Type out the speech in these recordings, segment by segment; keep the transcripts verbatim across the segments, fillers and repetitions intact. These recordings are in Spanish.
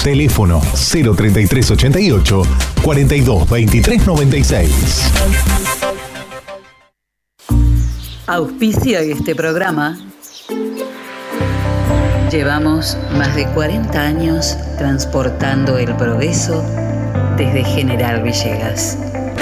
Teléfono cero treinta y tres ochenta y ocho, cuarenta y dos veintitrés noventa y seis. Auspicia este programa. Llevamos más de cuarenta años transportando el progreso desde General Villegas.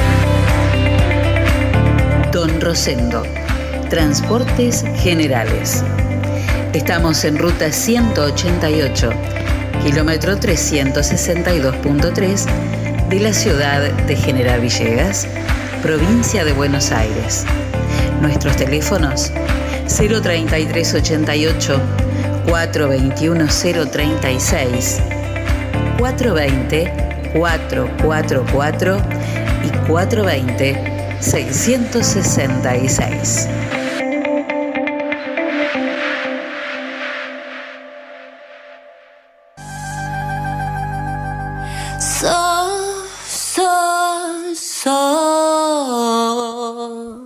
Don Rosendo, Transportes Generales. Estamos en ruta ciento ochenta y ocho, kilómetro trescientos sesenta y dos punto tres de la ciudad de General Villegas, provincia de Buenos Aires. Nuestros teléfonos cero treinta y tres ochenta y ocho, cuatrocientos veintiuno, cero treinta y seis, cuatrocientos veinte, cuatrocientos cuarenta y cuatro y cuatrocientos veinte, seiscientos sesenta y seis. So, so, so.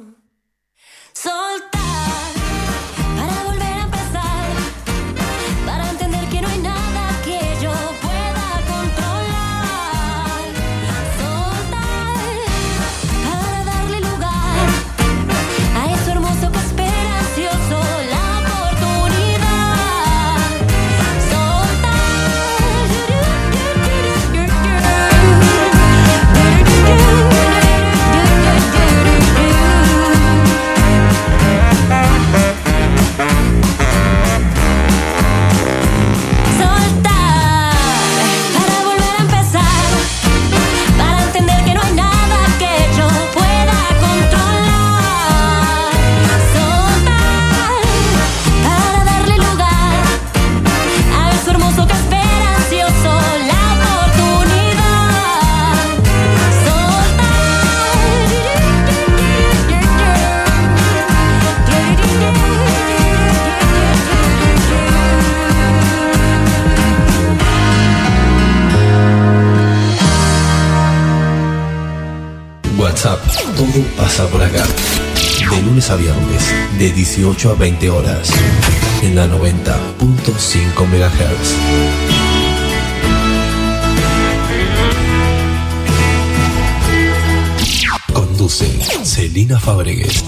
Soltar para volver a empezar, para entender que no hay nada que yo pueda controlar. Soltar para darle lugar a eso hermoso que espera ansioso la oportunidad. Soltar. WhatsApp, todo pasa por acá. De lunes a viernes, de dieciocho a veinte horas, en la noventa punto cinco megahertz. Conduce Celina Fabregues.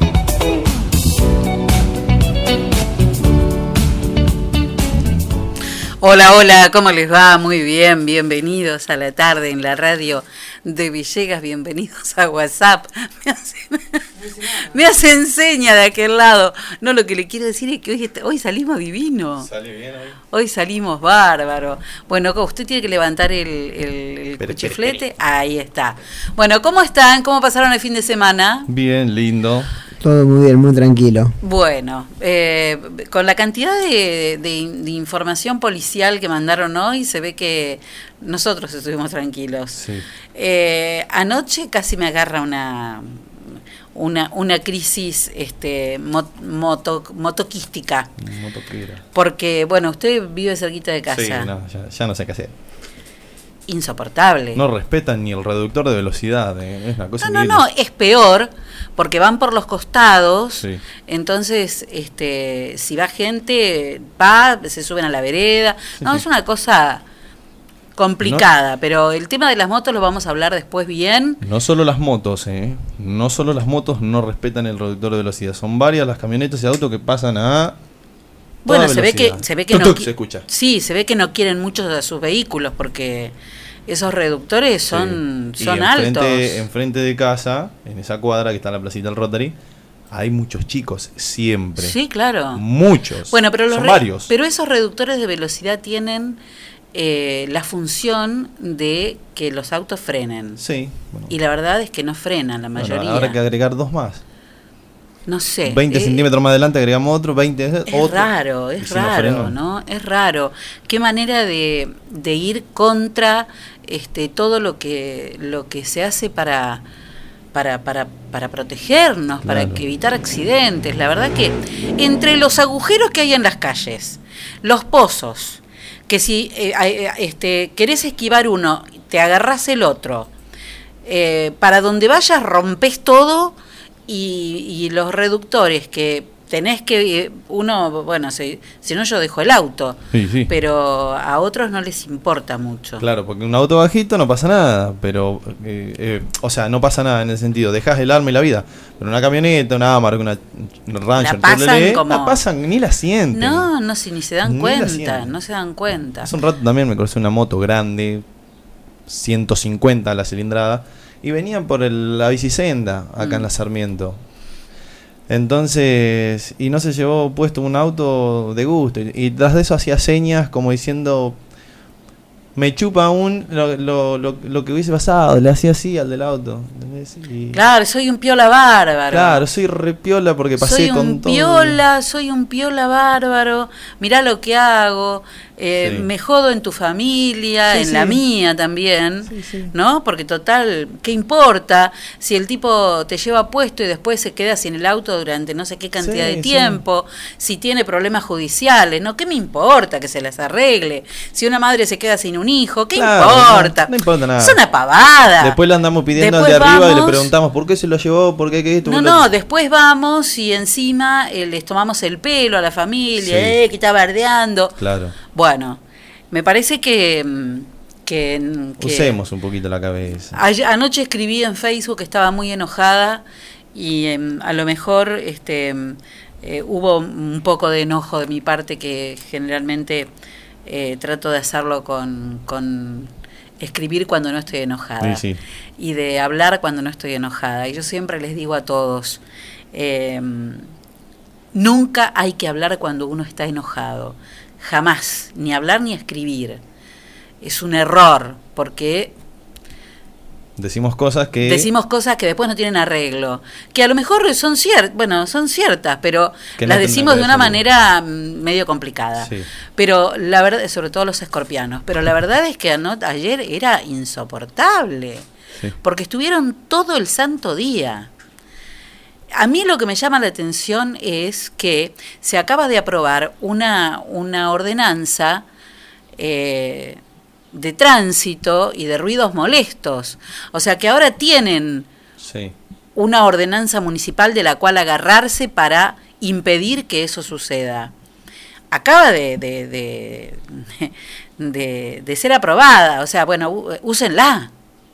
Hola, hola, ¿cómo les va? Muy bien, bienvenidos a la tarde en la radio de Villegas, bienvenidos a WhatsApp. Me hacen, me hacen seña de aquel lado. No, lo que le quiero decir es que hoy, hoy salimos divino. Sale bien hoy. Hoy salimos bárbaro. Bueno, usted tiene que levantar el, el, el cuchiflete. Ahí está. Bueno, ¿cómo están? ¿Cómo pasaron el fin de semana? Bien, lindo. Todo muy bien, muy tranquilo. Bueno, eh, con la cantidad de, de, de información policial que mandaron hoy, se ve que nosotros estuvimos tranquilos. Sí. Eh, anoche casi me agarra una una, una crisis este, mot, moto, motoquística. Motoquera. Porque, bueno, usted vive cerquita de casa. Sí, no, ya, ya no sé qué hacer. Insoportable. No respetan ni el reductor de velocidad, eh. Es una cosa No, increíble. no, no, es peor porque van por los costados, Sí. Entonces, este, si va gente, va, se suben a la vereda, Sí, no, sí. es una cosa complicada, no. Pero el tema de las motos lo vamos a hablar después bien. No solo las motos, eh. No solo las motos no respetan el reductor de velocidad, son varias las camionetas y autos que pasan a... Bueno, se ve que se ve que tuk, no tuk, se escucha. Sí, se ve que no quieren muchos de sus vehículos porque esos reductores son Sí. son Y enfrente, altos. enfrente de casa, en esa cuadra que está en la placita del Rotary, hay muchos chicos, siempre. Sí, claro. Muchos. Bueno, pero los son re- varios. pero esos reductores de velocidad tienen eh, la función de que los autos frenen. Sí. Bueno. Y la verdad es que no frenan la Bueno, mayoría. habrá que agregar dos más. No sé. veinte eh, centímetros más adelante agregamos otro, veinte Es otro. raro, Y es si no raro, frenan. ¿no? Es raro. Qué manera de, de ir contra este todo lo que lo que se hace para para para para protegernos, para Claro. que evitar accidentes. La verdad que entre los agujeros que hay en las calles, los pozos, que si eh, eh, este querés esquivar uno, te agarrás el otro. Eh, para donde vayas rompes todo. Y, y los reductores que tenés que, uno, bueno, si, si no yo dejo el auto, Sí, sí. pero a otros no les importa mucho. Claro, porque un auto bajito no pasa nada, pero, eh, eh, o sea, no pasa nada en el sentido, dejás el alma y la vida, pero una camioneta, una Amarok, una Ranger, La pasan Chevrolet, como- la pasan, ni la sienten. No, no, si ni se dan Ni la cuenta, sienten. no se dan cuenta. Hace un rato también me crucé una moto grande, ciento cincuenta la cilindrada, y venían por el- la bicisenda, acá Mm. en la Sarmiento. Entonces, y no se llevó puesto un auto de gusto, y, y tras de eso hacía señas como diciendo, me chupa aún lo, lo, lo, lo que hubiese pasado, le hacía así al del auto. ¿Entendés? Y- Claro, soy un piola bárbaro. Claro, soy re piola porque pasé soy con un todo. piola, soy un piola bárbaro, mirá lo que hago, eh, Sí. me jodo en tu familia, Sí, en sí. la mía también, Sí, sí. ¿no? Porque total, ¿qué importa si el tipo te lleva puesto y después se queda sin el auto durante no sé qué cantidad Sí, de sí. tiempo? Si tiene problemas judiciales, ¿no? ¿Qué me importa que se las arregle? Si una madre se queda sin un hijo, ¿qué Claro, importa? no- no importa nada. Es una pavada. Después le andamos pidiendo Después al de arriba y le vamos- preguntamos por qué se lo llevó, por qué que esto. No, por lo no, otro. después vamos y encima eh, les tomamos el pelo a la familia, Sí. eh, que está bardeando. Claro. Bueno, me parece que, mm, que, que Usemos un poquito la cabeza. ayer- anoche escribí en Facebook que estaba muy enojada y em, a lo mejor este em, eh, hubo un poco de enojo de mi parte, que generalmente eh, trato de hacerlo con, con escribir cuando no estoy enojada Sí, sí. y de hablar cuando no estoy enojada. Y yo siempre les digo a todos, eh, nunca hay que hablar cuando uno está enojado, jamás, ni hablar ni escribir. Es un error, porque Decimos cosas que. decimos cosas que después no tienen arreglo, que a lo mejor son ciertas, bueno, son ciertas, pero Que no las tendrán decimos que de una decirlo. manera mm, medio complicada. Sí. Pero la verdad, sobre todo los escorpianos, pero la verdad es que ano- ayer era insoportable, Sí. porque estuvieron todo el santo día. A mí lo que me llama la atención es que se acaba de aprobar una, una ordenanza eh, de tránsito y de ruidos molestos. O sea que ahora tienen Sí. una ordenanza municipal de la cual agarrarse para impedir que eso suceda. Acaba de, de, de, de, de ser aprobada. O sea, bueno, u- úsenla.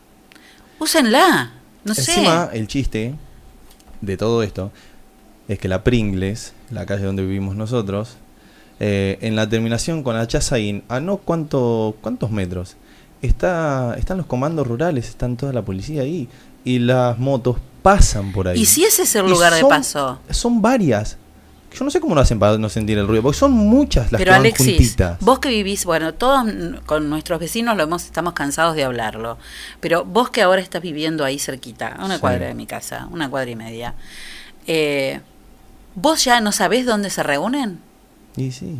Úsenla. No Encima, sé. el chiste de todo esto es que la Pringles, la calle donde vivimos nosotros, eh, en la terminación con Achazaín, a no cuánto, cuántos metros, está, están los comandos rurales, están toda la policía ahí, y las motos pasan por ahí. ¿Y si ese es el Y lugar de son- paso? Son varias. Yo no sé cómo lo hacen para no sentir el ruido, porque son muchas las Pero que van Alexis, juntitas. vos que vivís, bueno, todos mm, con nuestros vecinos lo hemos, estamos cansados de hablarlo, pero vos que ahora estás viviendo ahí cerquita, a una Sí. cuadra de mi casa, una cuadra y media, eh, ¿vos ya no sabés dónde se reúnen? Y sí.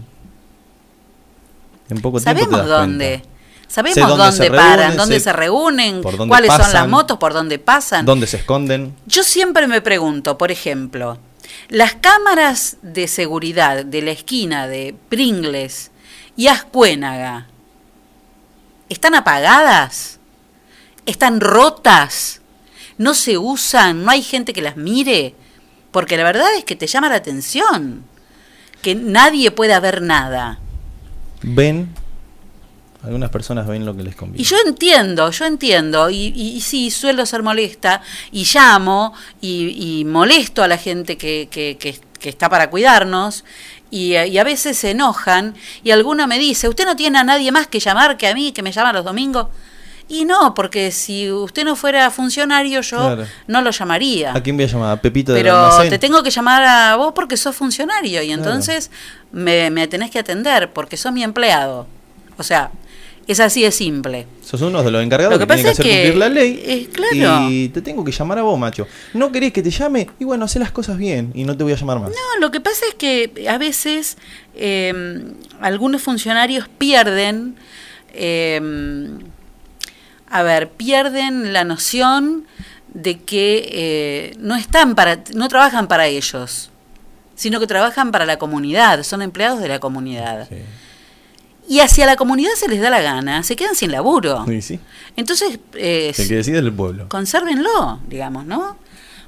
En poco tiempo te Sabemos das dónde. cuenta. Sabemos Sé dónde dónde, se paran, reúnen, dónde sé se reúnen, por dónde cuáles son las pasan, motos, por dónde pasan. Dónde se esconden. Yo siempre me pregunto, por ejemplo, las cámaras de seguridad de la esquina de Pringles y Ascuénaga, ¿están apagadas? ¿Están rotas? ¿No se usan? ¿No hay gente que las mire? Porque la verdad es que te llama la atención que nadie pueda ver nada. Ven, algunas personas ven lo que les conviene. Y yo entiendo, yo entiendo, y, y, y sí, suelo ser molesta, y llamo, y, y molesto a la gente que, que, que, que está para cuidarnos, y, y a veces se enojan, y alguno me dice, ¿usted no tiene a nadie más que llamar que a mí, que me llama los domingos? Y no, porque si usted no fuera funcionario, yo Claro. no lo llamaría. ¿A quién voy a llamar? ¿A Pepito del Pero almacén? te tengo que llamar a vos porque sos funcionario, y Claro. entonces me, me tenés que atender, porque sos mi empleado. O sea, es así de simple. Sos uno de los encargados Lo que, que tienen que pasa hacer es que- cumplir la ley. eh, claro. Y te tengo que llamar a vos, macho. ¿No querés que te llame? Y bueno, hacé las cosas bien y no te voy a llamar más. No, lo que pasa es que a veces eh, algunos funcionarios pierden, eh, a ver, pierden la noción de que eh, no están para, no trabajan para ellos, sino que trabajan para la comunidad, son empleados de la comunidad. Sí. Y hacia la comunidad se les da la gana, se quedan sin laburo. Sí, sí. Entonces, eh, El que decide es el pueblo. consérvenlo, digamos, ¿no?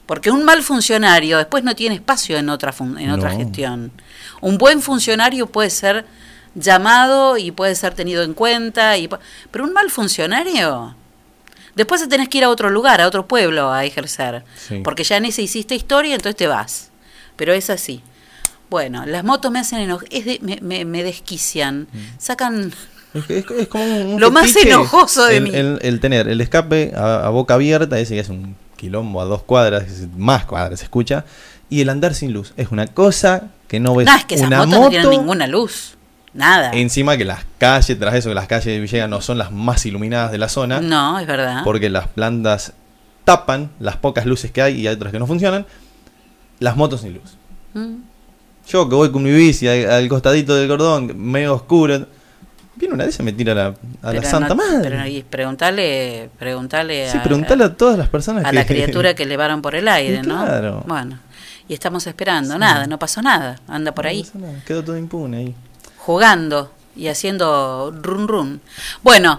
Porque un mal funcionario después no tiene espacio en otra fun- en otra No. gestión. Un buen funcionario puede ser llamado y puede ser tenido en cuenta, y, pero un mal funcionario, después te tenés que ir a otro lugar, a otro pueblo a ejercer, Sí. porque ya en ese hiciste historia, entonces te vas. Pero es así. Bueno, las motos me hacen enojar, me, me, me desquician, sacan... Es, que es, es como un, un Lo más fetiche, enojoso de el, mí. El, el tener el escape a, a boca abierta, ese que es un quilombo a dos cuadras, es más cuadras se escucha, y el andar sin luz. Es una cosa que no ves No, es que esas una motos moto. no tienen ninguna luz. Nada. Encima que las calles, tras eso, que las calles de Villegas no son las más iluminadas de la zona, No, es verdad. porque las plantas tapan las pocas luces que hay y hay otras que no funcionan. Las motos sin luz. Mm. Yo que voy con mi bici al, al costadito del cordón, medio oscuro, viene una de esas y me tira a la, a la Pero Santa no- Madre. Pero y preguntale, preguntale Sí, a, preguntale a todas las personas a que... la criatura que elevaron por el aire, Y ¿no? claro. Bueno, y estamos esperando. Sí. Nada, no pasó nada. Anda por No ahí pasa nada, quedó todo impune ahí. jugando y haciendo run run. Bueno,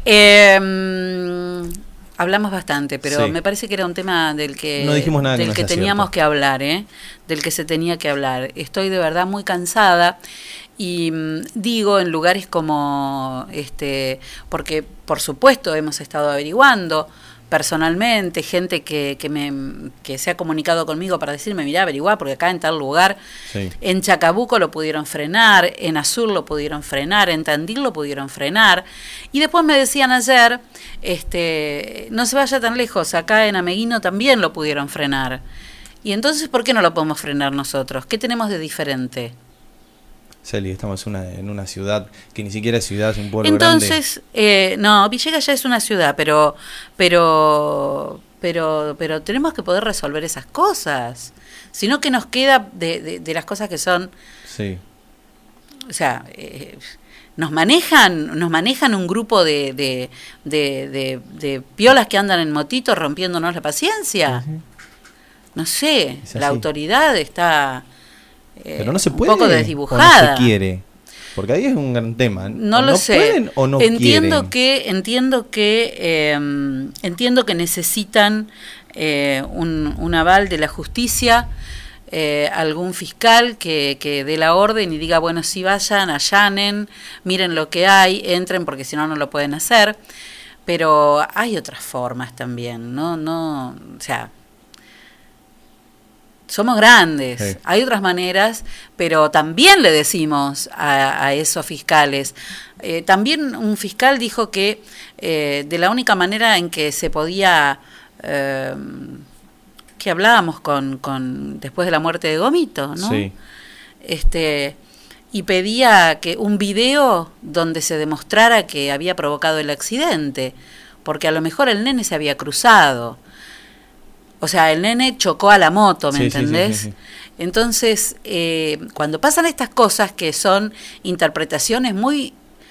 eh, hablamos bastante, pero Sí. me parece que era un tema del que, No dijimos nada que del no que sea teníamos cierto. que hablar, ¿eh? Del que se tenía que hablar. Estoy de verdad muy cansada y mm, digo en lugares como este, porque por supuesto hemos estado averiguando personalmente, gente que, que, me, que se ha comunicado conmigo para decirme, mirá, averiguá, porque acá en tal lugar, Sí. en Chacabuco lo pudieron frenar, en Azul lo pudieron frenar, en Tandil lo pudieron frenar, y después me decían ayer, este, no se vaya tan lejos, acá en Ameguino también lo pudieron frenar. Y entonces, ¿por qué no lo podemos frenar nosotros? ¿Qué tenemos de diferente? Celi, estamos en una, en una ciudad que ni siquiera es ciudad, es un pueblo Entonces, eh, no, Villegas ya es una ciudad, pero, pero, pero, pero tenemos que poder resolver esas cosas. Si no, ¿qué nos queda de, de, de las cosas que son, grande. Sí. o sea, eh, nos manejan, nos manejan un grupo de, de, de, de, de piolas que andan en motito rompiéndonos la paciencia? Ujú. No sé, Es la así. autoridad está eh, Pero no se un puede poco o desdibujada. no se quiere. Porque ahí es un gran tema. No O lo no sé. pueden o no entiendo quieren. que entiendo que eh, entiendo que necesitan eh, un, un aval de la justicia, eh, algún fiscal que, que dé la orden y diga, bueno, si vayan, allanen, miren lo que hay, entren porque si no no lo pueden hacer. Pero hay otras formas también, no no, o sea, somos grandes, Sí. hay otras maneras, pero también le decimos a, a esos fiscales. Eh, también un fiscal dijo que eh, de la única manera en que se podía, eh, que hablábamos con, con después de la muerte de Gomito, ¿no? Sí. Este, y pedía que un video donde se demostrara que había provocado el accidente, porque a lo mejor el nene se había cruzado. O sea, el nene chocó a la moto, ¿me Sí, sí, sí, entendés? sí, sí. Entonces, eh, cuando pasan estas cosas que son interpretaciones muy,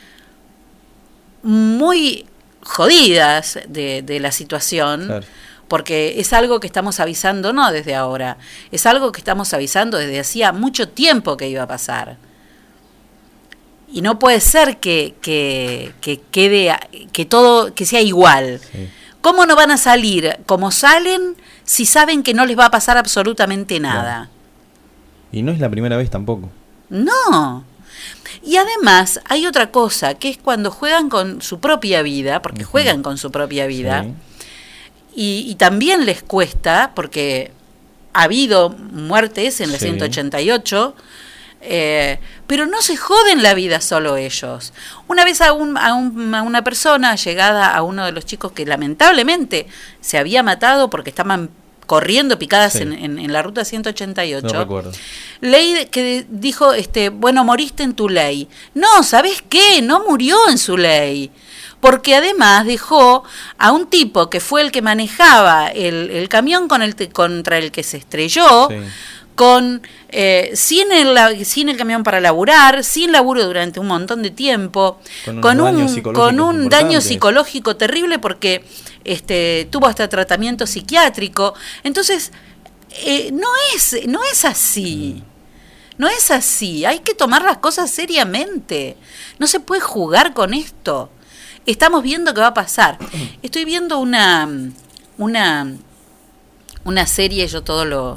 muy jodidas de, de la situación, Claro. porque es algo que estamos avisando no desde ahora, es algo que estamos avisando desde hacía mucho tiempo que iba a pasar. Y no puede ser que, que, que quede, que todo, que sea igual. Sí. ¿Cómo no van a salir como salen si saben que no les va a pasar absolutamente nada? Y no es la primera vez tampoco. No. Y además hay otra cosa, que es cuando juegan con su propia vida, porque Ujú. juegan con su propia vida, Sí. y, y también les cuesta, porque ha habido muertes en la Sí. ciento ochenta y ocho, eh, pero no se joden la vida solo ellos. Una vez a, un, a, un, a una persona llegada a uno de los chicos que lamentablemente se había matado porque estaban corriendo picadas Sí. en, en, en la ruta ciento ochenta y ocho, No recuerdo. ley que dijo, este, bueno, moriste en tu ley. No, ¿sabes qué? No murió en su ley. Porque además dejó a un tipo que fue el que manejaba el, el camión con el te- contra el que se estrelló, Sí. con eh, sin, el, sin el camión para laburar, sin laburo durante un montón de tiempo, Con unos con daños un, psicológicos con un daño importantes. psicológico terrible porque este, tuvo hasta tratamiento psiquiátrico. Entonces, eh, no es, no es así. No es así. Hay que tomar las cosas seriamente. No se puede jugar con esto. Estamos viendo qué va a pasar. Estoy viendo una, una, una serie, yo todo lo...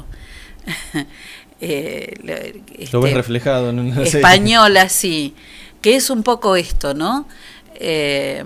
eh, lo, este, lo ves reflejado en una serie. Española, sí, que es un poco esto, ¿no? Eh,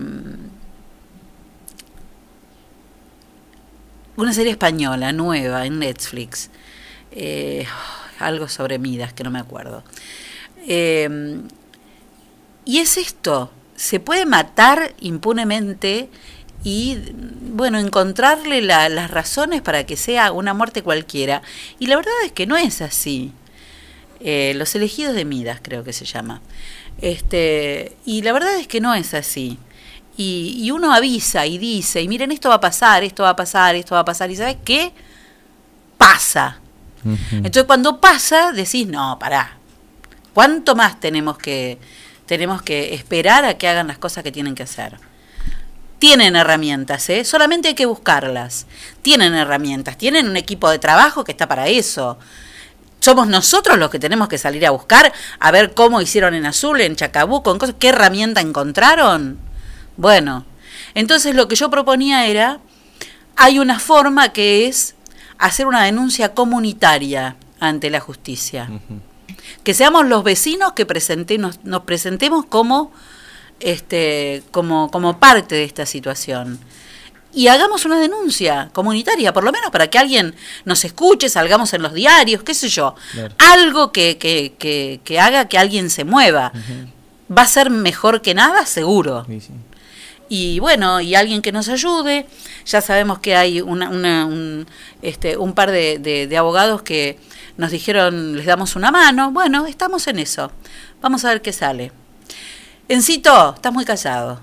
una serie española, nueva, en Netflix. Eh, algo sobre Midas, que no me acuerdo. Eh, y es esto, se puede matar impunemente y, bueno, encontrarle la, las razones para que sea una muerte cualquiera. Y la verdad es que no es así. Eh, Los elegidos de Midas, creo que se llama. Este, y la verdad es que no es así. Y, y uno avisa y dice, y miren, esto va a pasar, esto va a pasar, esto va a pasar. ¿Y sabes qué? Pasa. Uh-huh. Entonces, cuando pasa, decís, no, pará. ¿Cuánto más tenemos que, tenemos que esperar a que hagan las cosas que tienen que hacer? Tienen herramientas, ¿eh? Solamente hay que buscarlas. Tienen herramientas, tienen un equipo de trabajo que está para eso. Somos nosotros los que tenemos que salir a buscar, a ver cómo hicieron en Azul, en Chacabuco, en cosas, qué herramienta encontraron. Bueno, entonces lo que yo proponía era, hay una forma que es hacer una denuncia comunitaria ante la justicia. Uh-huh. Que seamos los vecinos que presente, nos, nos presentemos como... Este, como, como parte de esta situación y hagamos una denuncia comunitaria, por lo menos para que alguien nos escuche, salgamos en los diarios, qué sé yo, claro. Algo que, que, que, que haga que alguien se mueva. Uh-huh. Va a ser mejor que nada, seguro. Sí, sí. Y bueno, y alguien que nos ayude. Ya sabemos que hay una, una, un, este, un par de, de, de abogados que nos dijeron, les damos una mano. Bueno, estamos en eso, vamos a ver qué sale. Encito, estás muy callado.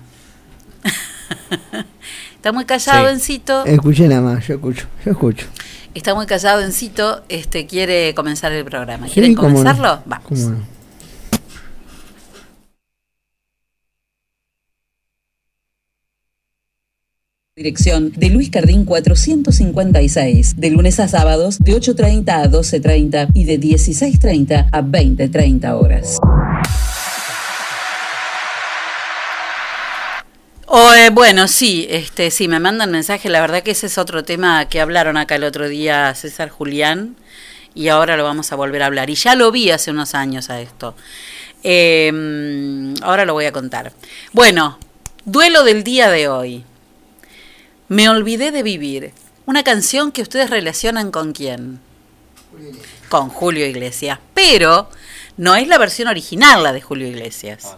Está muy callado, sí. Encito. Escuché nada más, yo escucho, yo escucho. Está muy callado, Encito, este, quiere comenzar el programa. ¿Quieren sí, comenzarlo? No. Vamos. ¿Cómo no? Dirección de Luis Cardín cuatrocientos cincuenta y seis, de lunes a sábados de ocho treinta a doce treinta y de dieciséis treinta a veinte treinta horas. Oh, eh, bueno, sí, este, sí, me mandan mensaje. La verdad que ese es otro tema que hablaron acá el otro día César Julián y ahora lo vamos a volver a hablar. Y ya lo vi hace unos años a esto. Eh, ahora lo voy a contar. Bueno, duelo del día de hoy. Me olvidé de vivir. Una canción que ustedes relacionan con quién? Con Julio Iglesias. Pero no es la versión original, la de Julio Iglesias.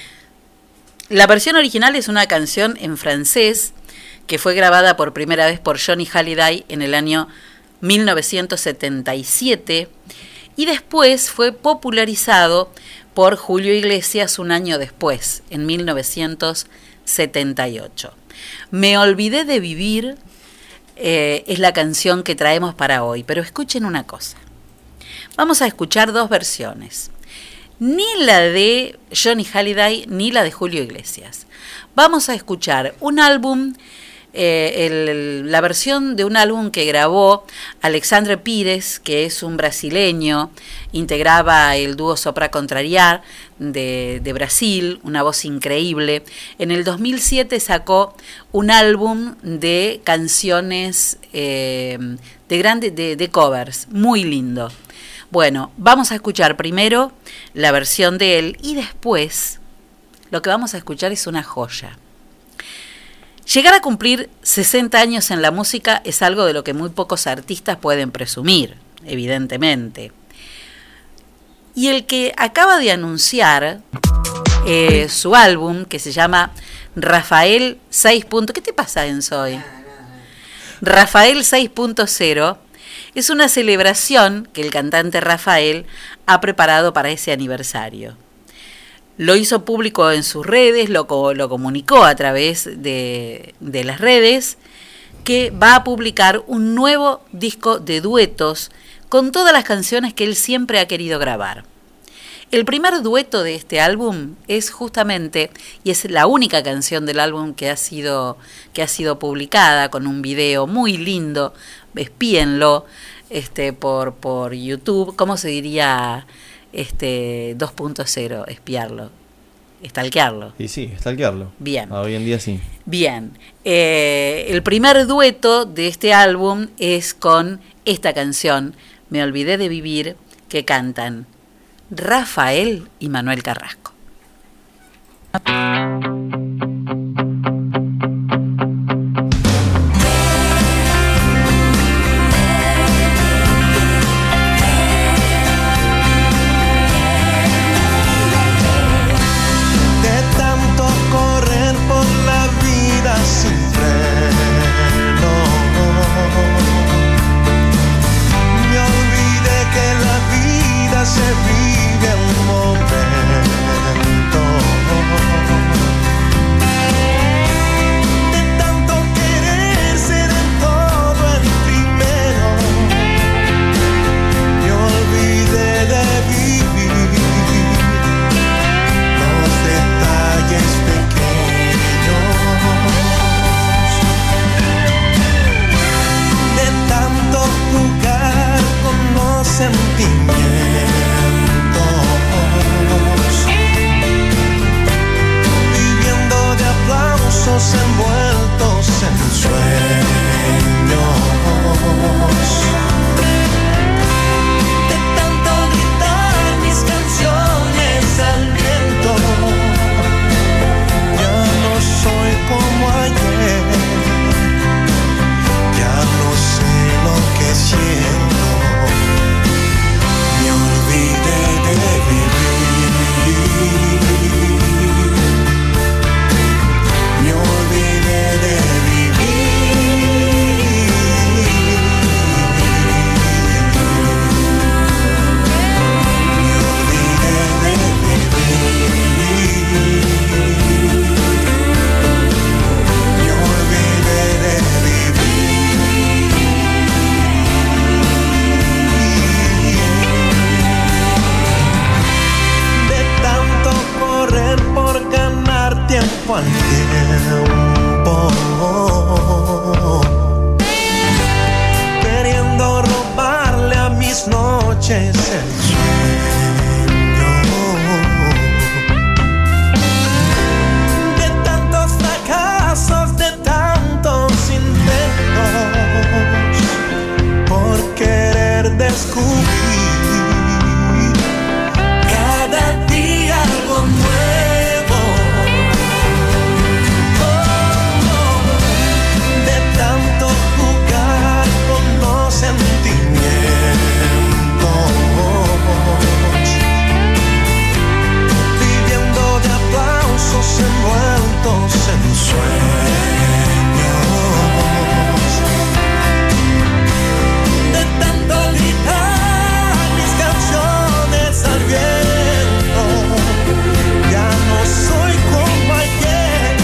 La versión original es una canción en francés que fue grabada por primera vez por Johnny Hallyday en el año mil novecientos setenta y siete y después fue popularizado por Julio Iglesias un año después, en mil novecientos setenta y ocho. Me olvidé de vivir eh, es la canción que traemos para hoy, pero escuchen una cosa. Vamos a escuchar dos versiones. Ni la de Johnny Hallyday ni la de Julio Iglesias. Vamos a escuchar un álbum, eh, el, la versión de un álbum que grabó Alexandre Pires, que es un brasileño, integraba el dúo Sopra Contrariar de, de Brasil, una voz increíble. En el dos mil siete sacó un álbum de canciones eh, de, grande, de, de covers, muy lindo. Bueno, vamos a escuchar primero la versión de él y después lo que vamos a escuchar es una joya. Llegar a cumplir sesenta años en la música es algo de lo que muy pocos artistas pueden presumir, evidentemente. Y el que acaba de anunciar eh, su álbum, que se llama Rafael seis. ¿Qué te pasa, Enzo, hoy? Rafael seis punto cero. Es una celebración que el cantante Rafael ha preparado para ese aniversario. Lo hizo público en sus redes, lo, lo comunicó a través de, de las redes, que va a publicar un nuevo disco de duetos con todas las canciones que él siempre ha querido grabar. El primer dueto de este álbum es justamente, y es la única canción del álbum que ha sido, que ha sido publicada con un video muy lindo, espíenlo este, por, por YouTube, ¿cómo se diría este, dos punto cero? Espiarlo. stalkearlo. Y sí, stalkearlo. Bien. Ah, hoy en día sí. Bien. Eh, el primer dueto de este álbum es con esta canción, Me olvidé de vivir, que cantan Rafael y Manuel Carrasco. Se vive un momento de tanto querer ser en todo el primero. Me olvidé de vivir los detalles pequeños, de tanto jugar con los sentimientos, envueltos en sueños, de tanto gritar mis canciones al viento. Ya no soy como ayer, ya no sé lo que siento. Me olvidé de vivir. Me olvidé de vivir. Me olvidé de vivir. Me olvidé de vivir. De tanto correr por ganar tiempo al tiempo, queriendo robarle a mis noches el sueño, de tantos fracasos, de tantos intentos, por querer descubrir cada día algo nuevo. Viviendo de aplausos envueltos en sueños, de tanto gritar mis canciones al viento. Ya no soy como ayer,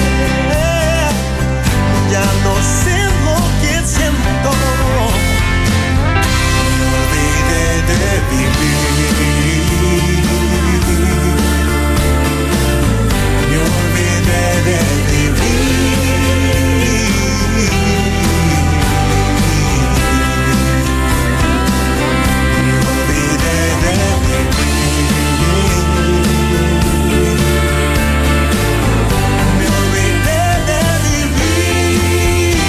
ya no sé lo que siento. De vivir, me olvidé de vivir, me olvidé de vivir, me olvidé de vivir.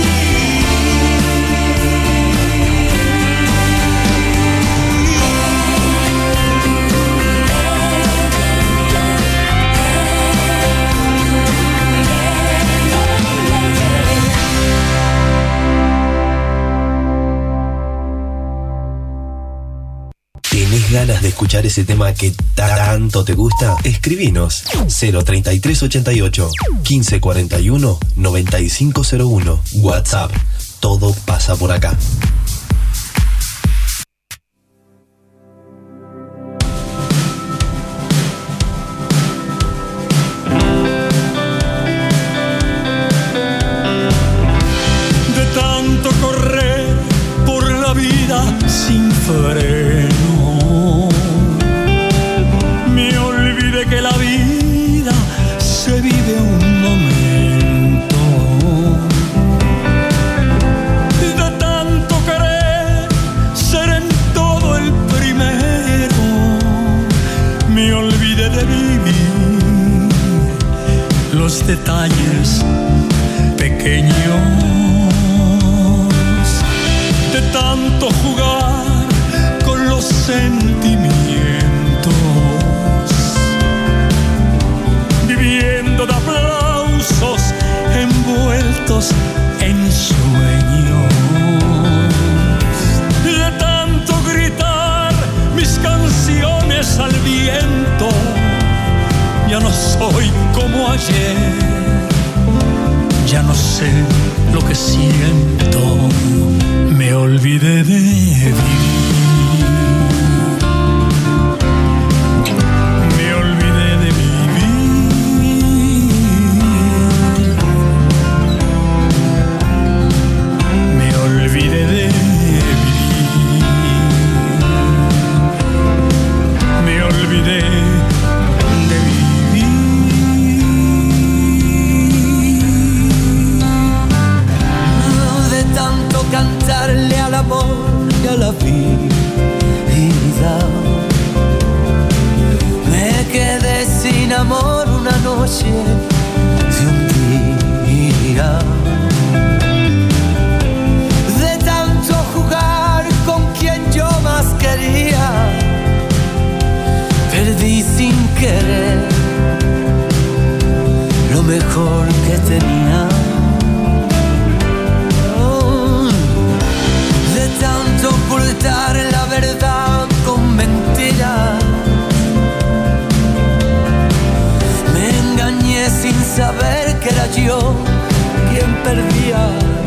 ¿Tenés ganas de escuchar ese tema que tanto te gusta? Escribinos cero treinta y tres ochenta y ocho quince cuarenta y uno noventa y cinco cero uno. WhatsApp. Todo pasa por acá. De tanto correr por la vida sin freno, me olvidé que la vida se vive un momento. De tanto querer ser en todo el primero, me olvidé de vivir. tanto jugar con los sentimientos, viviendo de aplausos envueltos en sueños, de tanto gritar mis canciones al viento. Ya no soy como ayer, ya no sé lo que siento, me olvidé de vivir. Me olvidé de vivir. Me olvidé de vivir. Me olvidé de vivir. De tanto cantarle al amor y a la vida, me quedé sin amor una noche de un día. De tanto jugar con quien yo más quería, perdí sin querer lo mejor que tenía. De tanto ocultar la verdad con mentiras, me engañé sin saber que era yo quien perdía.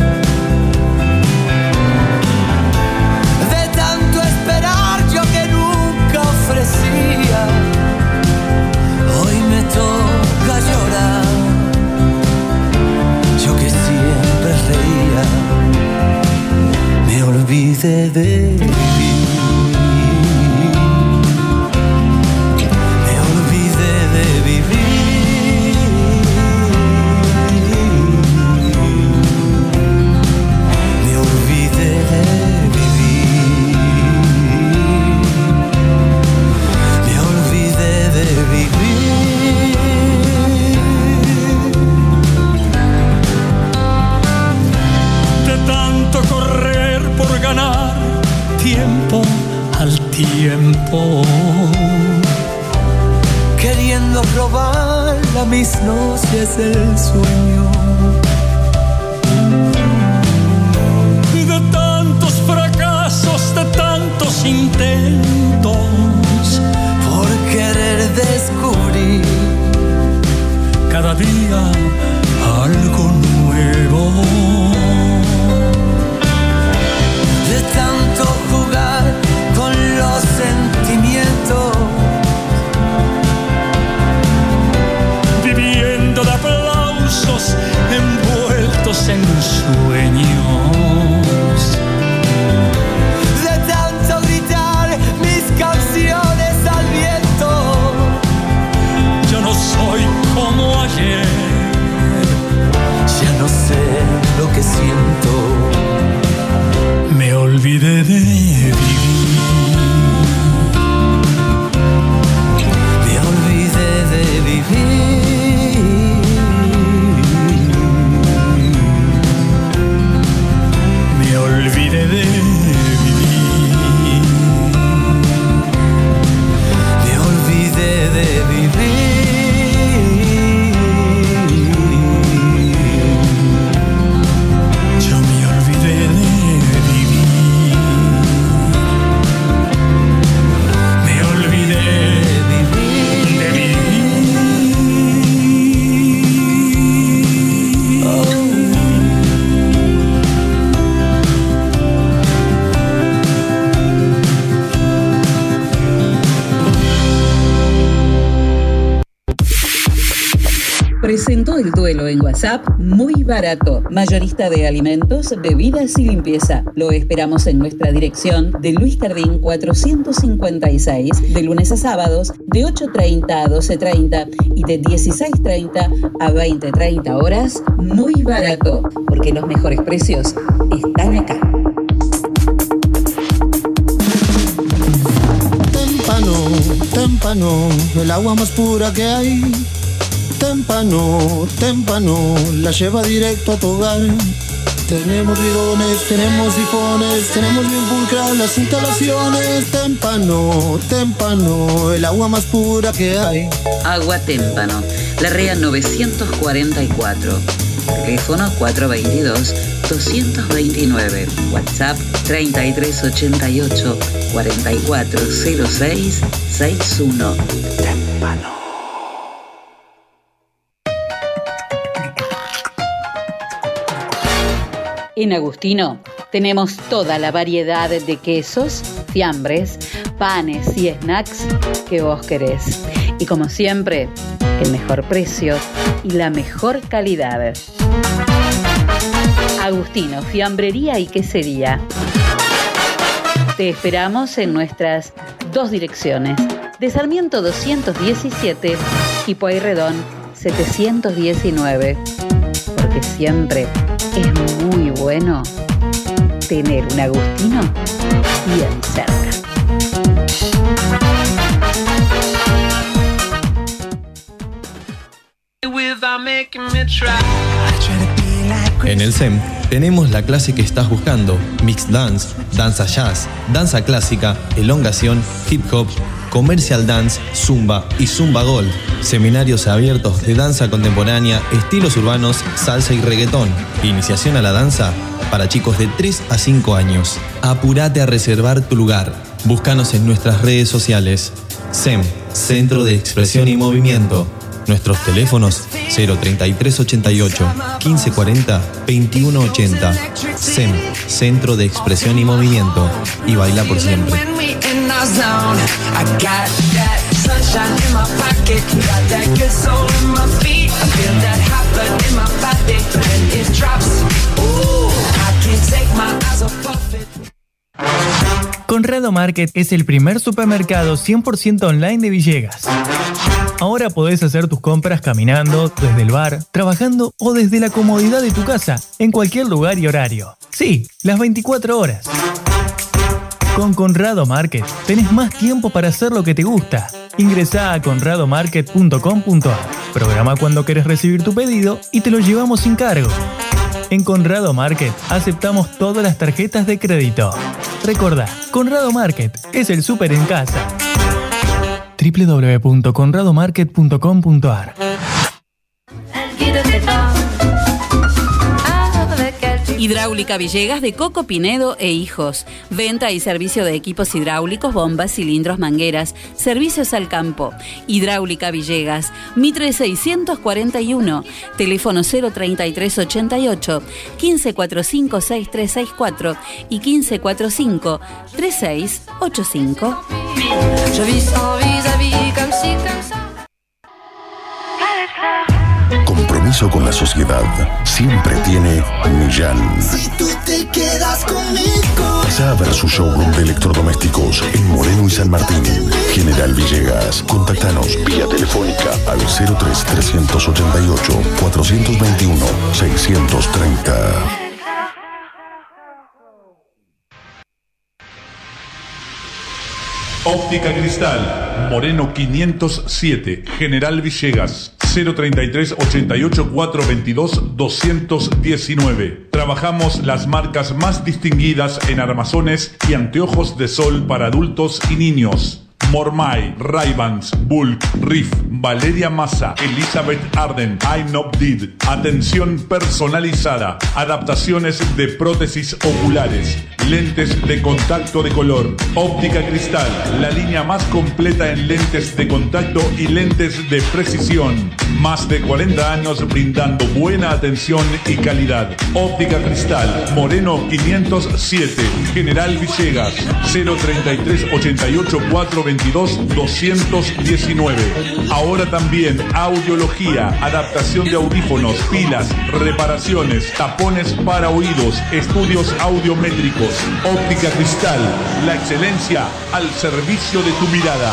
De tanto esperar yo que nunca ofrecía, hoy me toca llorar, yo que siempre reía. Me olvidé de vivir. Me olvidé de vivir. Me olvidé de vivir. Me olvidé de vivir. De tanto correr por ganar tiempo al tiempo, queriendo robar a mis noches el sueño. De tantos fracasos, de tantos intentos, por querer descubrir cada día algo nuevo. De tanto jugar con los sentimientos, viviendo de aplausos envueltos en sueños. De tanto gritar mis canciones al viento, yo no soy como ayer, ya no sé lo que siento. Me olvidé de vivir. Me olvidé de vivir. Me olvidé de vivir. Me olvidé de vivir. Yo me olvidé de Presentó el duelo en WhatsApp Muy Barato, mayorista de alimentos, bebidas y limpieza. Lo esperamos en nuestra dirección de Luis Jardín cuatrocientos cincuenta y seis, de lunes a sábados, de ocho treinta a doce treinta y de dieciséis treinta a veinte treinta horas. Muy Barato, porque los mejores precios están acá. Témpano, témpano, el agua más pura que hay. Témpano, témpano, la lleva directo a tu hogar. Tenemos bidones, tenemos sifones, tenemos bien pulcras las instalaciones. Témpano, témpano, el agua más pura que hay. Agua Témpano, Larrea novecientos cuarenta y cuatro. Teléfono cuatro veintidós, doscientos veintinueve. WhatsApp treinta y tres ochenta y ocho, cuarenta y cuatro cero seis sesenta y uno. Témpano. En Agustino tenemos toda la variedad de quesos, fiambres, panes y snacks que vos querés. Y como siempre, el mejor precio y la mejor calidad. Agustino, fiambrería y quesería. Te esperamos en nuestras dos direcciones, de Sarmiento doscientos diecisiete y Pueyrredón setecientos diecinueve. Porque siempre es muy bueno tener un Agustino bien cerca. En el S E M tenemos la clase que estás buscando: Mixed Dance, Danza Jazz, Danza Clásica, Elongación, Hip Hop, Commercial Dance, Zumba y Zumba Gold. Seminarios abiertos de danza contemporánea, estilos urbanos, salsa y reggaetón. Iniciación a la danza para chicos de tres a cinco años. Apúrate a reservar tu lugar. Búscanos en nuestras redes sociales. S E M, Centro de Expresión y Movimiento. Nuestros teléfonos cero treinta y tres ochenta y ocho, quince cuarenta, veintiuno ochenta. S E M, Centro de Expresión y Movimiento. Y baila por siempre. Conrado Market es el primer supermercado cien por ciento online de Villegas. Ahora podés hacer tus compras caminando, desde el bar, trabajando o desde la comodidad de tu casa, en cualquier lugar y horario. Sí, las veinticuatro horas. Con Conrado Market tenés más tiempo para hacer lo que te gusta. Ingresá a conrado market punto com punto a r. Programa cuando querés recibir tu pedido y te lo llevamos sin cargo. En Conrado Market aceptamos todas las tarjetas de crédito. Recordá, Conrado Market es el súper en casa. doble u doble u doble u punto conrado market punto com punto a r. Hidráulica Villegas de Coco Pinedo e Hijos. Venta y servicio de equipos hidráulicos, bombas, cilindros, mangueras. Servicios al campo. Hidráulica Villegas. Mitre seiscientos cuarenta y uno. Teléfono cero treinta y tres ochenta y ocho, quince cuarenta y cinco, sesenta y tres sesenta y cuatro y quince cuarenta y cinco, treinta y seis ochenta y cinco. Compromiso con la sociedad siempre tiene Millán. Si tú te quedas conmigo. Pasa a ver su showroom de electrodomésticos en Moreno y San Martín. General Villegas. Contactanos vía telefónica al cero tres tres ocho ocho, cuatro dos uno, seis tres cero. Óptica Cristal, Moreno quinientos siete, General Villegas, cero treinta y tres ochenta y ocho, cuatrocientos veintidós, doscientos diecinueve. Trabajamos las marcas más distinguidas en armazones y anteojos de sol para adultos y niños. Mormai, Ray-Bans, Bulk, Riff, Valeria Massa, Elizabeth Arden, Ainobdid. Atención personalizada, adaptaciones de prótesis oculares, lentes de contacto de color. Óptica Cristal, la línea más completa en lentes de contacto y lentes de precisión. Más de cuarenta años brindando buena atención y calidad. Óptica Cristal, Moreno quinientos siete, General Villegas, cero treinta y tres ochenta y ocho, cuatrocientos veintidós, doscientos diecinueve. Ahora también audiología, adaptación de audífonos, pilas, reparaciones, tapones para oídos, estudios audiométricos. Óptica Cristal, la excelencia al servicio de tu mirada.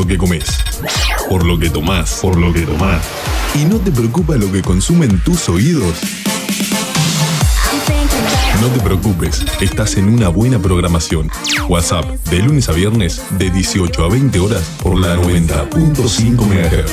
lo que comes, por lo que tomás, por lo que tomás. ¿Y no te preocupa lo que consumen tus oídos? No te preocupes, estás en una buena programación. WhatsApp, de lunes a viernes, de dieciocho a veinte horas, por la noventa punto cinco megahertz.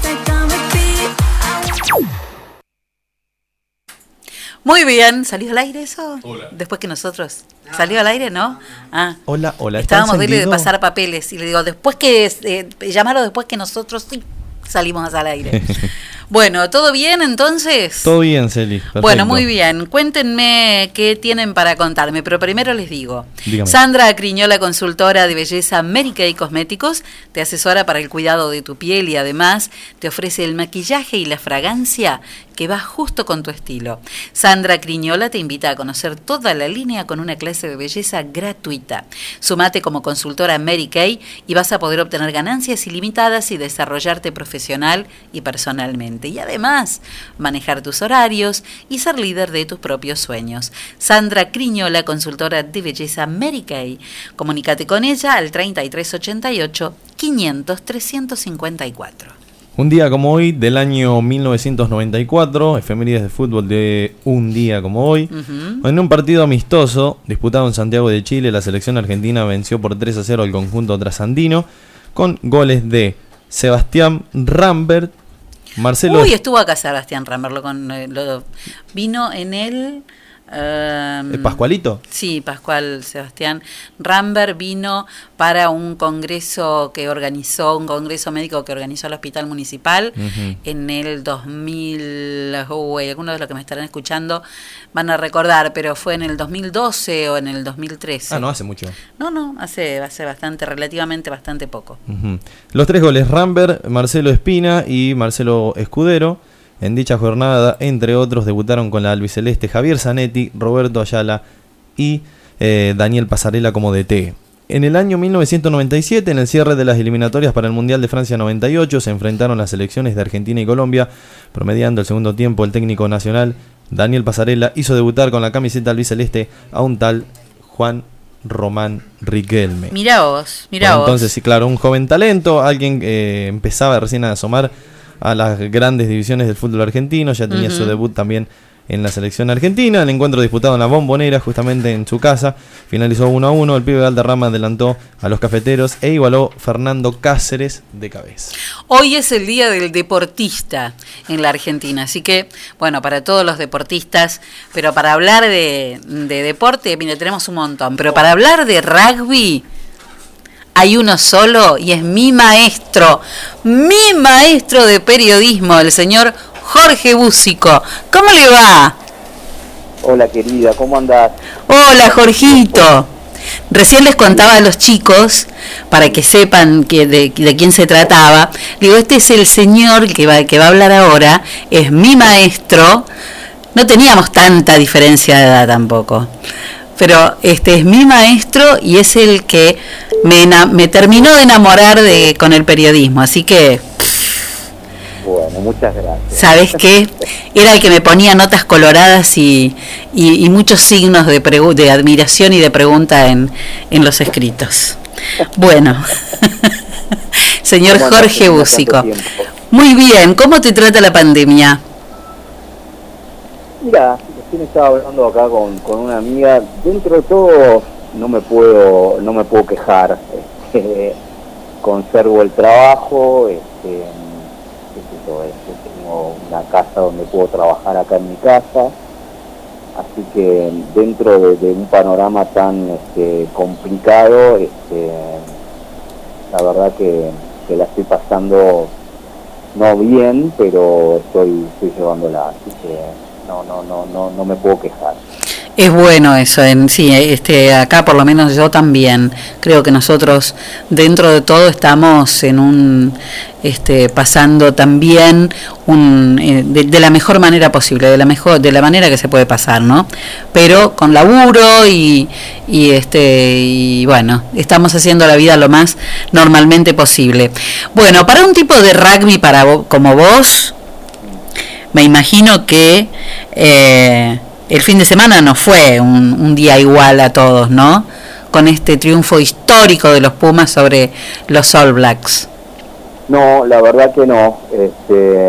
Muy bien, ¿salió al aire eso? Hola. Después que nosotros. ¿Salió al aire, no? Ah. Hola, hola. Estábamos de de pasar papeles y le digo, después que eh, llamarlo después que nosotros sí salimos al aire. Bueno, ¿todo bien entonces? Todo bien, Celi. Perfecto. Bueno, muy bien. Cuéntenme qué tienen para contarme, pero primero les digo. Dígame. Sandra Criñola, consultora de belleza Mary Kay Cosméticos, te asesora para el cuidado de tu piel y además te ofrece el maquillaje y la fragancia que va justo con tu estilo. Sandra Criñola te invita a conocer toda la línea con una clase de belleza gratuita. Sumate como consultora Mary Kay y vas a poder obtener ganancias ilimitadas y desarrollarte profesional y personalmente. Y además, manejar tus horarios y ser líder de tus propios sueños. Sandra Criñola, consultora de belleza Mary Kay. Comunícate con ella al treinta y tres ochenta y ocho, quinientos, trescientos cincuenta y cuatro. Un día como hoy, del año mil novecientos noventa y cuatro, efemérides de fútbol de un día como hoy. Uh-huh. En un partido amistoso disputado en Santiago de Chile, la selección argentina venció por tres a cero al conjunto trasandino con goles de Sebastián Rambert, Marcelo... Uy, estuvo acá Sebastián Rambert, lo con, lo, vino en el... Um, ¿El Pascualito? Sí, Pascual Sebastián Rambert vino para un congreso que organizó, un congreso médico que organizó el Hospital Municipal uh-huh. en el dos mil, oh, algunos de los que me estarán escuchando van a recordar, pero fue en el dos mil doce o en el dos mil trece. Ah, no, hace mucho. No, no, hace, hace bastante, relativamente bastante poco. Uh-huh. Los tres goles, Rambert, Marcelo Espina y Marcelo Escudero. En dicha jornada, entre otros, debutaron con la albiceleste Javier Zanetti, Roberto Ayala y eh, Daniel Pasarela como D T. En el año mil novecientos noventa y siete, en el cierre de las eliminatorias para el Mundial de Francia noventa y ocho, se enfrentaron las selecciones de Argentina y Colombia. Promediando el segundo tiempo, el técnico nacional, Daniel Pasarela, hizo debutar con la camiseta albiceleste a un tal Juan Román Riquelme. Mirá vos, mirá bueno, vos. Entonces, sí, claro, un joven talento, alguien que eh, empezaba recién a asomar a las grandes divisiones del fútbol argentino, ya tenía uh-huh. su debut también en la selección argentina. El encuentro disputado en la Bombonera, justamente en su casa, finalizó uno a uno. El pibe Valderrama adelantó a los cafeteros e igualó Fernando Cáceres de cabeza. Hoy es el día del deportista en la Argentina, así que, bueno, para todos los deportistas, pero para hablar de, de deporte, mira, tenemos un montón, pero para hablar de rugby hay uno solo y es mi maestro, mi maestro de periodismo, el señor Jorge Búsico. ¿Cómo le va? Hola querida, ¿cómo andás? Hola Jorgito. Recién les contaba a los chicos, para que sepan que de, de quién se trataba, digo, este es el señor que va, que va a hablar ahora, es mi maestro. No teníamos tanta diferencia de edad tampoco, pero este es mi maestro y es el que me, me terminó de enamorar de con el periodismo, así que... Bueno, muchas gracias. ¿Sabes qué? Era el que me ponía notas coloradas y, y, y muchos signos de, pregu- de admiración y de pregunta en, en los escritos. Bueno, señor Jorge Búsico. Muy bien, ¿cómo te trata la pandemia? Mira, recién estaba hablando acá con, con una amiga. Dentro de todo no me puedo no me puedo quejar. Este, conservo el trabajo, este, este, tengo una casa donde puedo trabajar acá en mi casa. Así que dentro de, de un panorama tan este, complicado, este, la verdad que, que la estoy pasando no bien, pero estoy, estoy llevándola, así que no, no, no, no, no me puedo quejar. Es bueno eso, en, sí, este, acá por lo menos yo también creo que nosotros dentro de todo estamos en un, este, pasando también un, eh, de, de la mejor manera posible, de la mejor, de la manera que se puede pasar, ¿no? Pero con laburo y, y este, y bueno, estamos haciendo la vida lo más normalmente posible. Bueno, para un tipo de rugby para vo- como vos, me imagino que eh, el fin de semana no fue un, un día igual a todos, ¿no? Con este triunfo histórico de los Pumas sobre los All Blacks. No, la verdad que no. Este,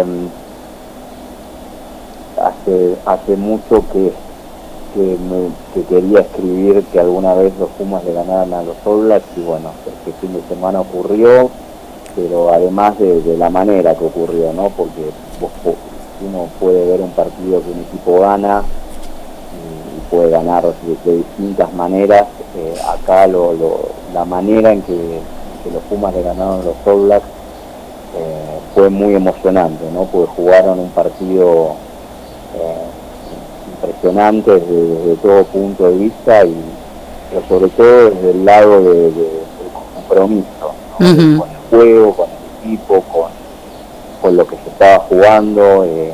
hace hace mucho que que, me, que quería escribir que alguna vez los Pumas le ganaran a los All Blacks y bueno, este fin de semana ocurrió, pero además de, de la manera que ocurrió, ¿no? Porque vos, uno puede ver un partido que un equipo gana y, y puede ganar de, de distintas maneras. Eh, acá lo, lo, la manera en que, en que los Pumas le ganaron a los All Blacks eh, fue muy emocionante, ¿no? Porque jugaron un partido eh, impresionante desde, desde todo punto de vista y pero sobre todo desde el lado de, de, del compromiso, ¿no? Uh-huh. Con el juego, con el equipo, con, con lo que se estaba jugando, eh,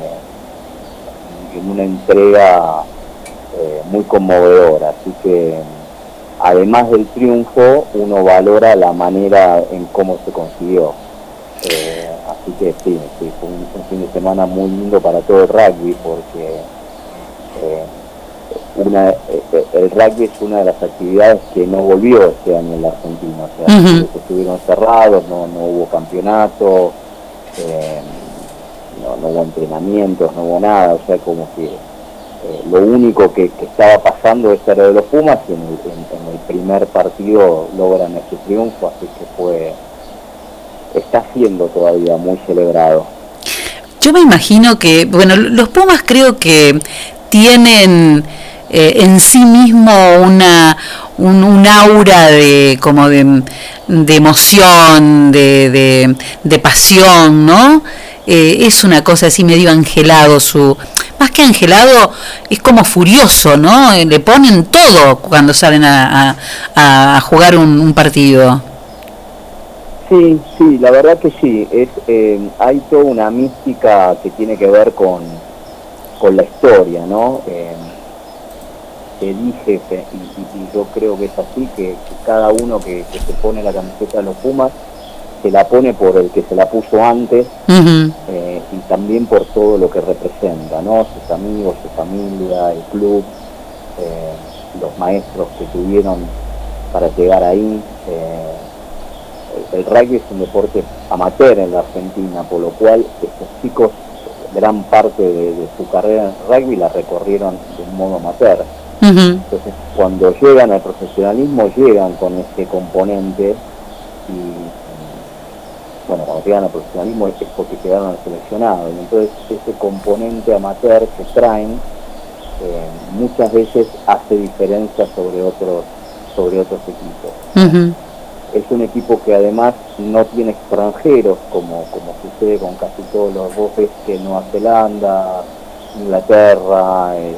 en una entrega eh, muy conmovedora. Así que además del triunfo uno valora la manera en cómo se consiguió. Eh, así que sí, sí, fue un, un fin de semana muy lindo para todo el rugby porque eh, una, eh, el rugby es una de las actividades que no volvió este año en la Argentina, o sea, uh-huh. estuvieron cerrados, no, no hubo campeonato, eh, no, no hubo entrenamientos, no hubo nada, o sea, como que eh, lo único que, que estaba pasando es era de los Pumas y en el, en, en el primer partido logran ese triunfo, así que fue, está siendo todavía muy celebrado. Yo me imagino que, bueno, los Pumas creo que tienen eh, en sí mismo una un, un aura de como de, de emoción, de, de, de pasión, ¿no? Eh, es una cosa así medio angelado, su más que angelado, es como furioso, ¿no? Le ponen todo cuando salen a, a, a jugar un, un partido. Sí, sí, la verdad que sí. Es, eh, hay toda una mística que tiene que ver con, con la historia, ¿no? Eh, se dice, que, y, y yo creo que es así, que, que cada uno que, que se pone la camiseta de los Pumas se la pone por el que se la puso antes, uh-huh. eh, y también por todo lo que representa, ¿no? Sus amigos, su familia, el club, eh, los maestros que tuvieron para llegar ahí. Eh, el rugby es un deporte amateur en la Argentina, por lo cual estos chicos gran parte de, de su carrera en el rugby la recorrieron de un modo amateur. Uh-huh. Entonces cuando llegan al profesionalismo llegan con este componente y bueno, cuando llegan al profesionalismo es porque quedaron seleccionados y entonces ese componente amateur que traen eh, muchas veces hace diferencia sobre otros sobre otros equipos. Uh-huh. Es un equipo que además no tiene extranjeros, como, como sucede con casi todos los bofes, que Nueva Zelanda, Inglaterra, eh,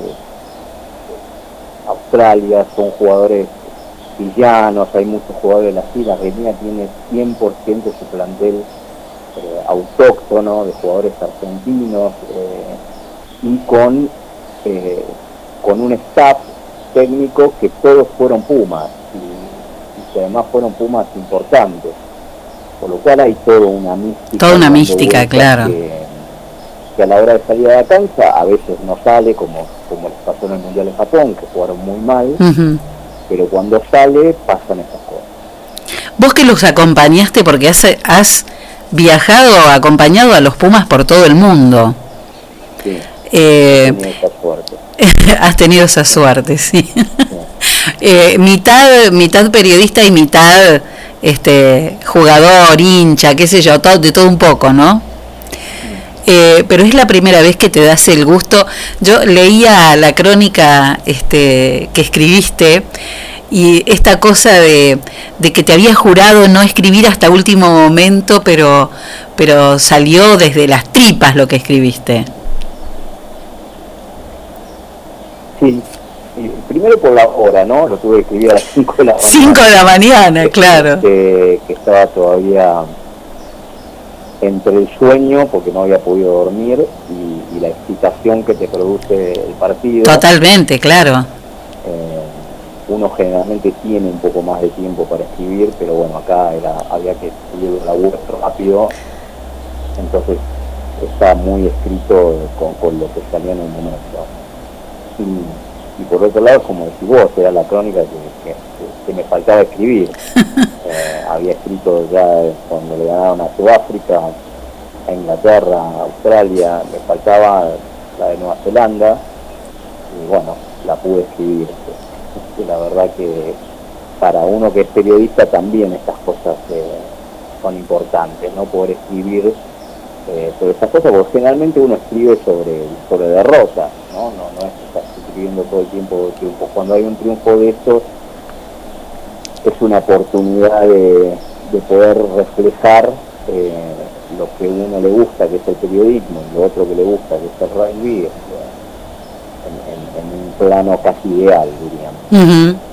Australia, son jugadores villanos, hay muchos jugadores así. La Argentina tiene cien por ciento de su plantel eh, autóctono, de jugadores argentinos, eh, y con, eh, con un staff técnico que todos fueron Pumas. Que además fueron Pumas importantes, por lo cual hay toda una mística. Toda una mística, claro. Que, que a la hora de salir a la cancha a veces no sale, como, como les pasó en el Mundial de Japón, que jugaron muy mal, uh-huh. pero cuando sale pasan esas cosas. Vos que los acompañaste, porque has, has viajado, acompañado a los Pumas por todo el mundo. Sí, eh, he tenido esa suerte. Has tenido esa suerte, sí. sí. Eh, mitad mitad periodista y mitad este jugador, hincha, qué sé yo, todo, de todo un poco, ¿no? Eh, pero es la primera vez que te das el gusto. Yo leía la crónica este que escribiste y esta cosa de, de que te habías jurado no escribir hasta último momento, pero pero salió desde las tripas lo que escribiste. Sí. Primero por la hora, ¿no? Lo tuve que escribir a las cinco de la mañana. cinco de la mañana, claro. Que, que estaba todavía entre el sueño, porque no había podido dormir, y, y la excitación que te produce el partido. Totalmente, claro. Eh, uno generalmente tiene un poco más de tiempo para escribir, pero bueno, acá era, había que escribir la web rápido, entonces está muy escrito con, con lo que salió en el momento. Y, y por otro lado, como decís vos, era la crónica que, que, que me faltaba escribir. eh, había escrito ya cuando le ganaron a Sudáfrica, a Inglaterra, a Australia, me faltaba la de Nueva Zelanda, y bueno, la pude escribir. Y la verdad que para uno que es periodista también estas cosas eh, son importantes, ¿no? Poder escribir eh, sobre estas cosas, porque generalmente uno escribe sobre, sobre derrotas, ¿no? No, no es que estás escribiendo todo el tiempo, todo el tiempo. Cuando hay un triunfo de estos, es una oportunidad de, de poder reflejar eh, lo que a uno le gusta, que es el periodismo, y lo otro que le gusta, que es el rugby, eh, en, en, en un plano casi ideal, diríamos. Uh-huh.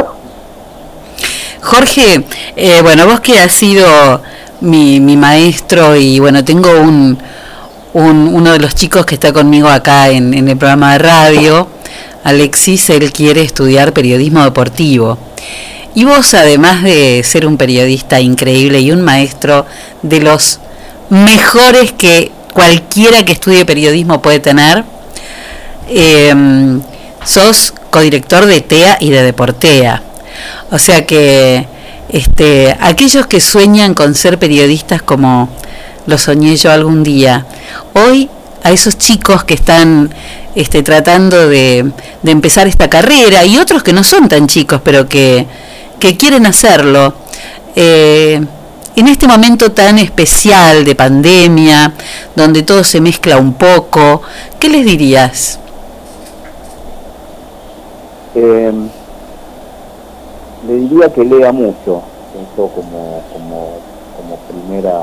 Jorge, eh, bueno, vos que has sido mi, mi maestro y bueno, tengo un, un uno de los chicos que está conmigo acá en, en el programa de radio, Alexis, él quiere estudiar periodismo deportivo. Y vos, además de ser un periodista increíble y un maestro de los mejores que cualquiera que estudie periodismo puede tener, eh, sos codirector de T E A y de Deportea. O sea que este, aquellos que sueñan con ser periodistas como lo soñé yo algún día, hoy a esos chicos que están este, tratando de, de empezar esta carrera, y otros que no son tan chicos pero que, que quieren hacerlo, eh, en este momento tan especial de pandemia, donde todo se mezcla un poco, ¿qué les dirías? Eh, le diría que lea mucho, eso como como como primera,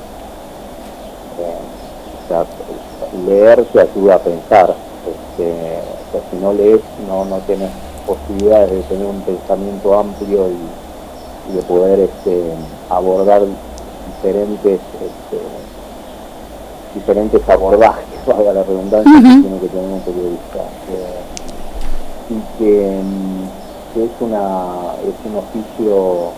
eh, o sea, leer te ayuda a pensar, este, o sea, si no lees no no tienes posibilidades de tener un pensamiento amplio y, y de poder este, abordar diferentes este, diferentes abordajes, valga la redundancia, uh-huh. que tiene que tener un periodista, eh, y que que es una es un oficio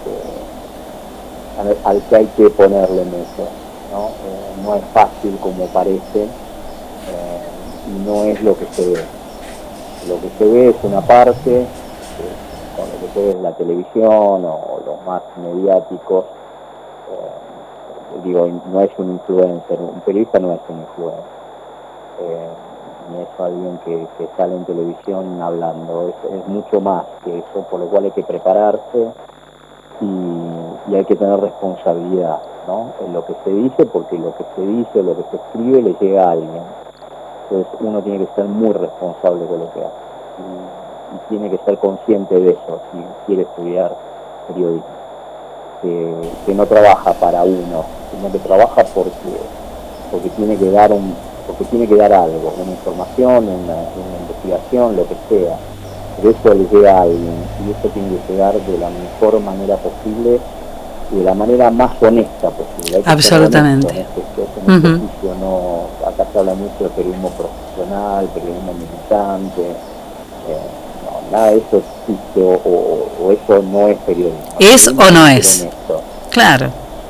eh, al, al que hay que ponerle mucho, ¿no? Eh, no es fácil como parece, eh, y no es lo que se ve. Lo que se ve es una parte, eh, con lo que se ve es la televisión o, o los más mediáticos. Eh, digo, no es un influencer, un periodista no es un influencer. Eh, ni es alguien que, que sale en televisión hablando, es, es mucho más que eso, por lo cual hay que prepararse y, y hay que tener responsabilidad, ¿no? En lo que se dice, porque lo que se dice, lo que se escribe le llega a alguien. Entonces uno tiene que ser muy responsable con lo que hace y, y tiene que ser consciente de eso si quiere estudiar periodismo, que, que no trabaja para uno, sino que trabaja porque, porque tiene que dar un porque tiene que dar algo, una información, una, una investigación, lo que sea. Pero eso le llega a alguien, y eso tiene que llegar de la mejor manera posible y de la manera más honesta posible. Hay que Absolutamente. Ser honesto, en este, en este uh-huh. no, acá se habla mucho de periodismo profesional, periodismo militante, eh, no, nada de eso existe, o, o, o eso no es periodismo. ¿Es o no es? Honesto. Claro.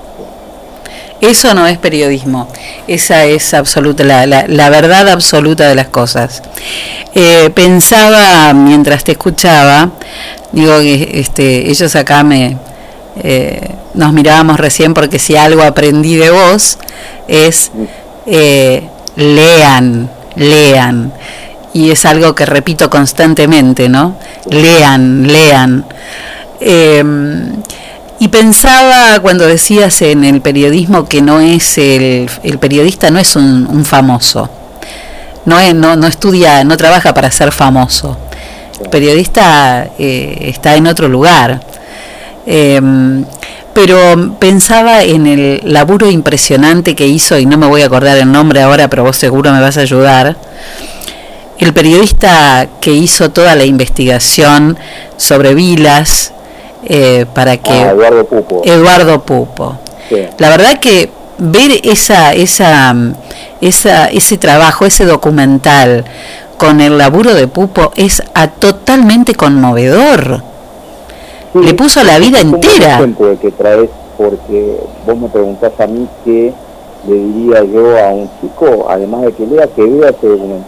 Eso no es periodismo, esa es absoluta, la, la, la verdad absoluta de las cosas. Eh, pensaba mientras te escuchaba, digo que este, ellos acá me eh, nos mirábamos recién porque si algo aprendí de vos es eh, lean, lean, y es algo que repito constantemente, ¿no? Lean, lean. Eh, Y pensaba cuando decías en el periodismo que no es el, el periodista no es un, un famoso, no, es, no no estudia, no trabaja para ser famoso. El periodista eh, está en otro lugar. Eh, pero pensaba en el laburo impresionante que hizo, y no me voy a acordar el nombre ahora, pero vos seguro me vas a ayudar. El periodista que hizo toda la investigación sobre Vilas. Eh, para que ah, Eduardo Pupo, Eduardo Pupo. Sí. La verdad que ver esa esa esa ese trabajo, ese documental con el laburo de Pupo es a totalmente conmovedor. Sí, le puso la vida entera. Un ejemplo que traes, porque vos me preguntás a mí qué le diría yo a un chico, además de que lea, que vea ese documental.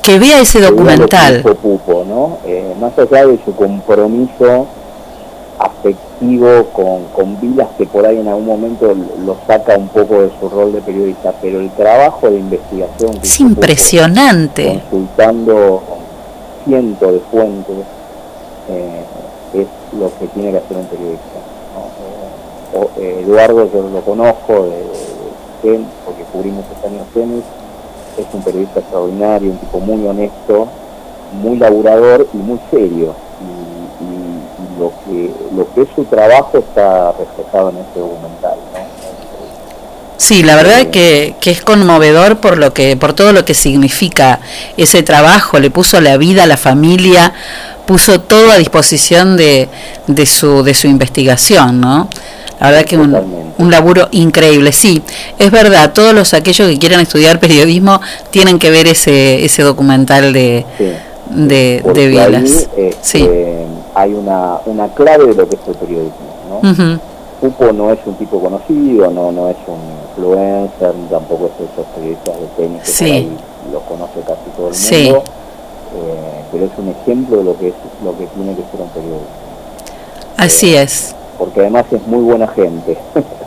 que vea ese documental. Lo que hizo Pupo, ¿no? Eh, más allá de su compromiso afectivo con, con vidas que por ahí en algún momento lo saca un poco de su rol de periodista, pero el trabajo de investigación que es impresionante, Pupo, consultando cientos de fuentes, eh, es lo que tiene que hacer un periodista, ¿no? Eh, o, eh, Eduardo yo lo conozco de, de, de TEN, porque cubrimos este año tenis, es un periodista extraordinario, un tipo muy honesto, muy laburador y muy serio, y, y, y lo que lo que es su trabajo está reflejado en este documental, ¿no? Sí, la verdad que, que es conmovedor por lo que por todo lo que significa ese trabajo. Le puso la vida a la familia, puso todo a disposición de, de su de su investigación, ¿no? La verdad que un, un laburo increíble. Sí, es verdad, todos los aquellos que quieran estudiar periodismo tienen que ver ese ese documental de sí, de, de Vilas. Ahí, este, sí. Hay una una clave de lo que es el periodismo, ¿no? Uh-huh. Pupo no es un tipo conocido, no no es un influencer, ni tampoco es esos periodistas de tenis que sí. por ahí lo conoce casi todo el mundo, sí. eh, pero es un ejemplo de lo que es lo que tiene que ser un periodista. Así eh, es. Porque además es muy buena gente.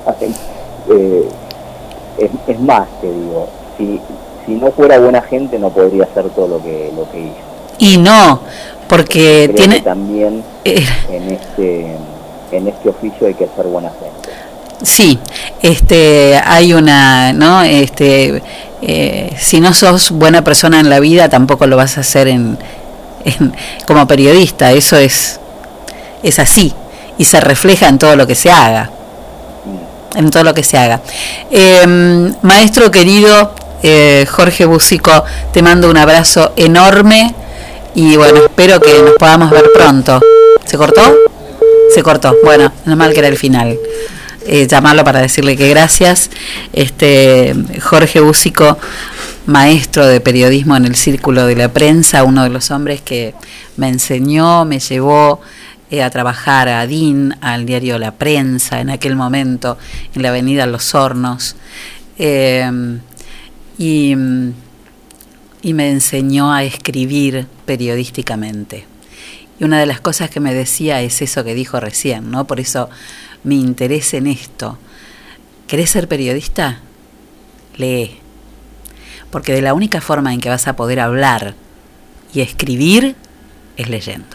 eh, es, es más, te digo, si si no fuera buena gente no podría hacer todo lo que lo que hizo. Y no, porque Creo tiene que también eh. en este en este oficio hay que ser buena gente. Sí, este, hay una, ¿no? Este, eh, si no sos buena persona en la vida, tampoco lo vas a hacer en, en como periodista. Eso es, es así y se refleja en todo lo que se haga, en todo lo que se haga. Eh, maestro querido eh, Jorge Búzico, te mando un abrazo enorme y bueno, espero que nos podamos ver pronto. ¿Se cortó? Se cortó. Bueno, no mal que era el final. Eh, llamarlo para decirle que gracias. Este Jorge Búzico, maestro de periodismo en el Círculo de la Prensa, uno de los hombres que me enseñó, me llevó eh, a trabajar a D I N, al diario La Prensa, en aquel momento, en la avenida Los Hornos, eh, y, y me enseñó a escribir periodísticamente. Y una de las cosas que me decía es eso que dijo recién, ¿no? Por eso mi interés en esto. ¿Querés ser periodista? Lee. Porque de la única forma en que vas a poder hablar y escribir es leyendo.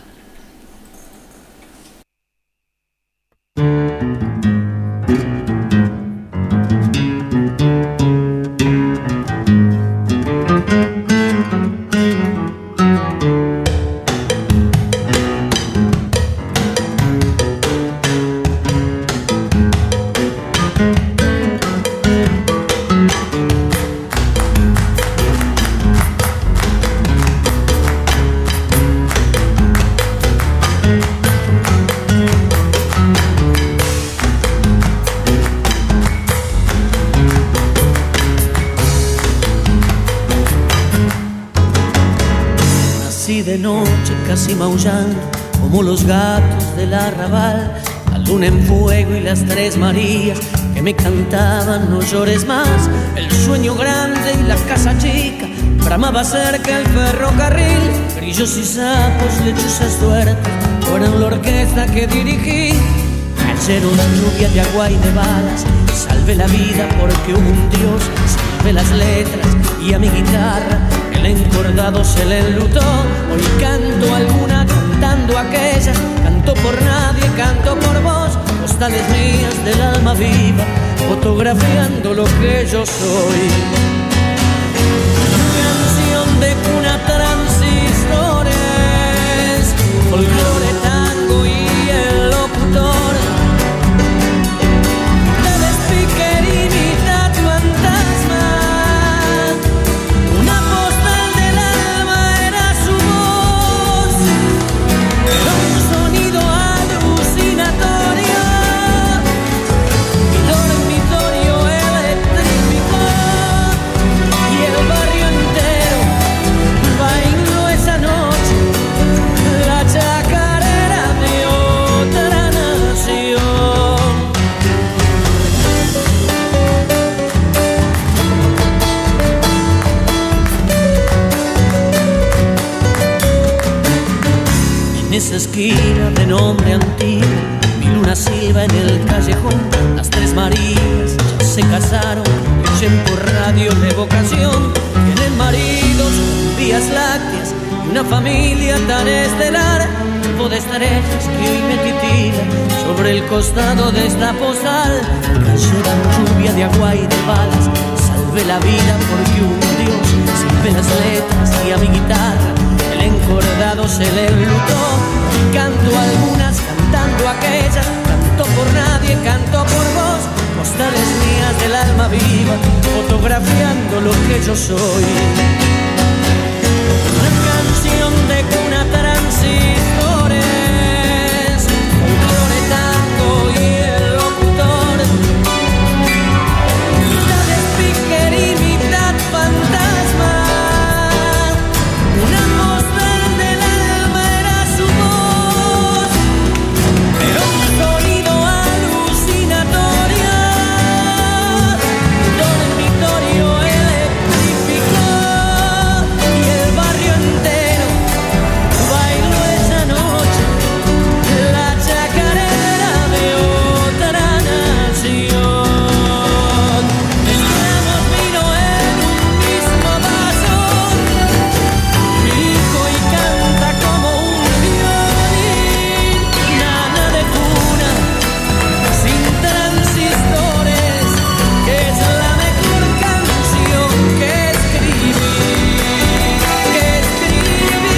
De noche casi maullando como los gatos del arrabal, la luna en fuego y las tres Marías que me cantaban no llores más, el sueño grande y la casa chica, bramaba cerca el ferrocarril, grillos y sapos, lechuzas suertes, fueron la orquesta que dirigí, cayeron la lluvia de agua y de balas, salve la vida porque hubo un Dios, salve las letras y a mi guitarra el encordado se le enlutó. Hoy canto alguna, cantando aquella, canto por nadie, canto por vos, postales mías del alma viva, fotografiando lo que yo soy. Canción de cuna, transistores, folclore, tango y el locutor. esa esquina de nombre antiguo, mi luna silba en el callejón. Las tres Marías ya se casaron, oyen por radio de vocación. Tienen maridos, vías lácteas y una familia tan estelar. Polvo de estrellas que hoy me titila sobre el costado de esta postal. Cayeron lluvia de agua y de balas, salvé la vida porque un Dios sin las letras y a mi guitarra el encordado se le enlutó. Canto algunas, cantando aquellas, canto por nadie, canto por vos. Postales mías del alma viva, fotografiando lo que yo soy. Una canción de cuna transistores, folclore, tango y el locutor. Mitad speaker y mitad fantasma. Una mostra del alma era su voz, pero un sonido alucinatorio, dormitorio electrificó y el barrio entero bailó esa noche la chacarera de otra nación. Mezclamos vino en un mismo vaso, pico y canta como un violín. Nana de cuna, sin transistores, que es la mejor canción que escribí, que escribí.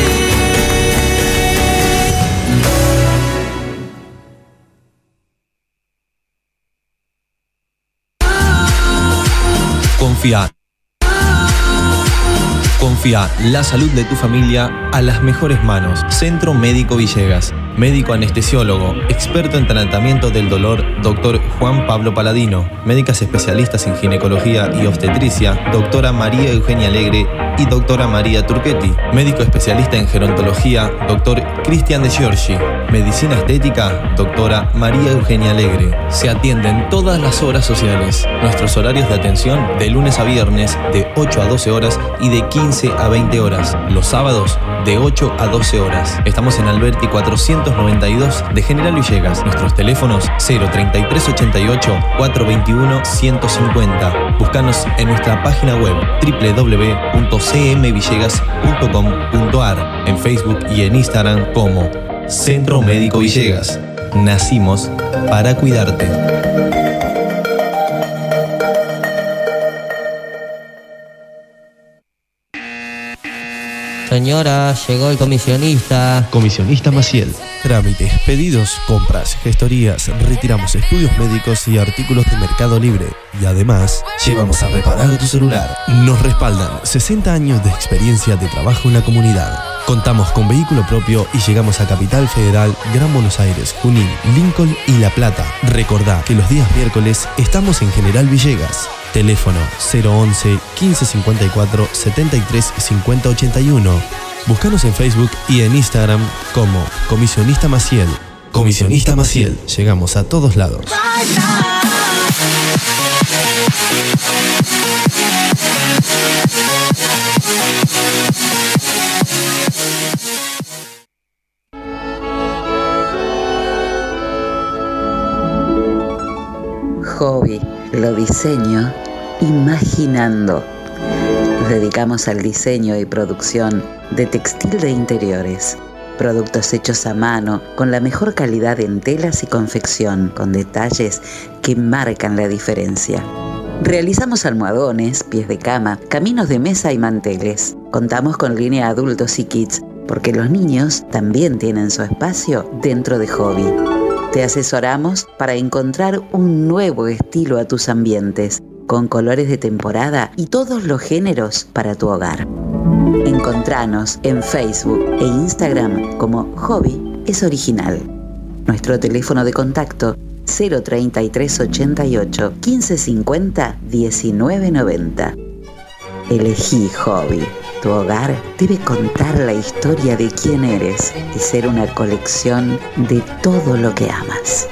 Confía. Confía la salud de tu familia a las mejores manos. Centro Médico Villegas. Médico anestesiólogo, experto en tratamiento del dolor, doctor Juan Pablo Paladino. Médicas especialistas en ginecología y obstetricia, doctora María Eugenia Alegre y doctora María Turchetti. Médico especialista en gerontología, doctor Cristian de Giorgi. Medicina estética, doctora María Eugenia Alegre. Se atienden todas las horas sociales. Nuestros horarios de atención de lunes a viernes de ocho a doce horas y de quince a veinte horas. Los sábados de ocho a doce horas. Estamos en Alberti cuatrocientos noventa y dos de General Villegas. Nuestros teléfonos cero treinta y tres ochenta y ocho, cuatrocientos veintiuno, ciento cincuenta. Búscanos en nuestra página web doble u doble u doble u punto c m villegas punto com punto a r, en Facebook y en Instagram como Centro Médico Villegas. Nacimos para cuidarte. Señora, llegó el comisionista. Comisionista Maciel. Trámites, pedidos, compras, gestorías, retiramos estudios médicos y artículos de Mercado Libre. Y además, llevamos a reparar tu celular. Nos respaldan sesenta años de experiencia de trabajo en la comunidad. Contamos con vehículo propio y llegamos a Capital Federal, Gran Buenos Aires, Junín, Lincoln y La Plata. Recordá que los días miércoles estamos en General Villegas. Teléfono cero once, quince cincuenta y cuatro, setenta y tres, cincuenta ochenta y uno. Búscanos en Facebook y en Instagram como Comisionista Maciel. Comisionista Maciel. Llegamos a todos lados. Hobby, lo diseño imaginando. Nos dedicamos al diseño y producción de textil de interiores. Productos hechos a mano, con la mejor calidad en telas y confección, con detalles que marcan la diferencia. Realizamos almohadones, pies de cama, caminos de mesa y manteles. Contamos con línea adultos y kids, porque los niños también tienen su espacio dentro de Hobby. Te asesoramos para encontrar un nuevo estilo a tus ambientes, con colores de temporada y todos los géneros para tu hogar. Encontranos en Facebook e Instagram como Hobby es Original. Nuestro teléfono de contacto cero treinta y tres ochenta y ocho, quince cincuenta, diecinueve noventa. Elegí Hobby. Tu hogar debe contar la historia de quién eres y ser una colección de todo lo que amas.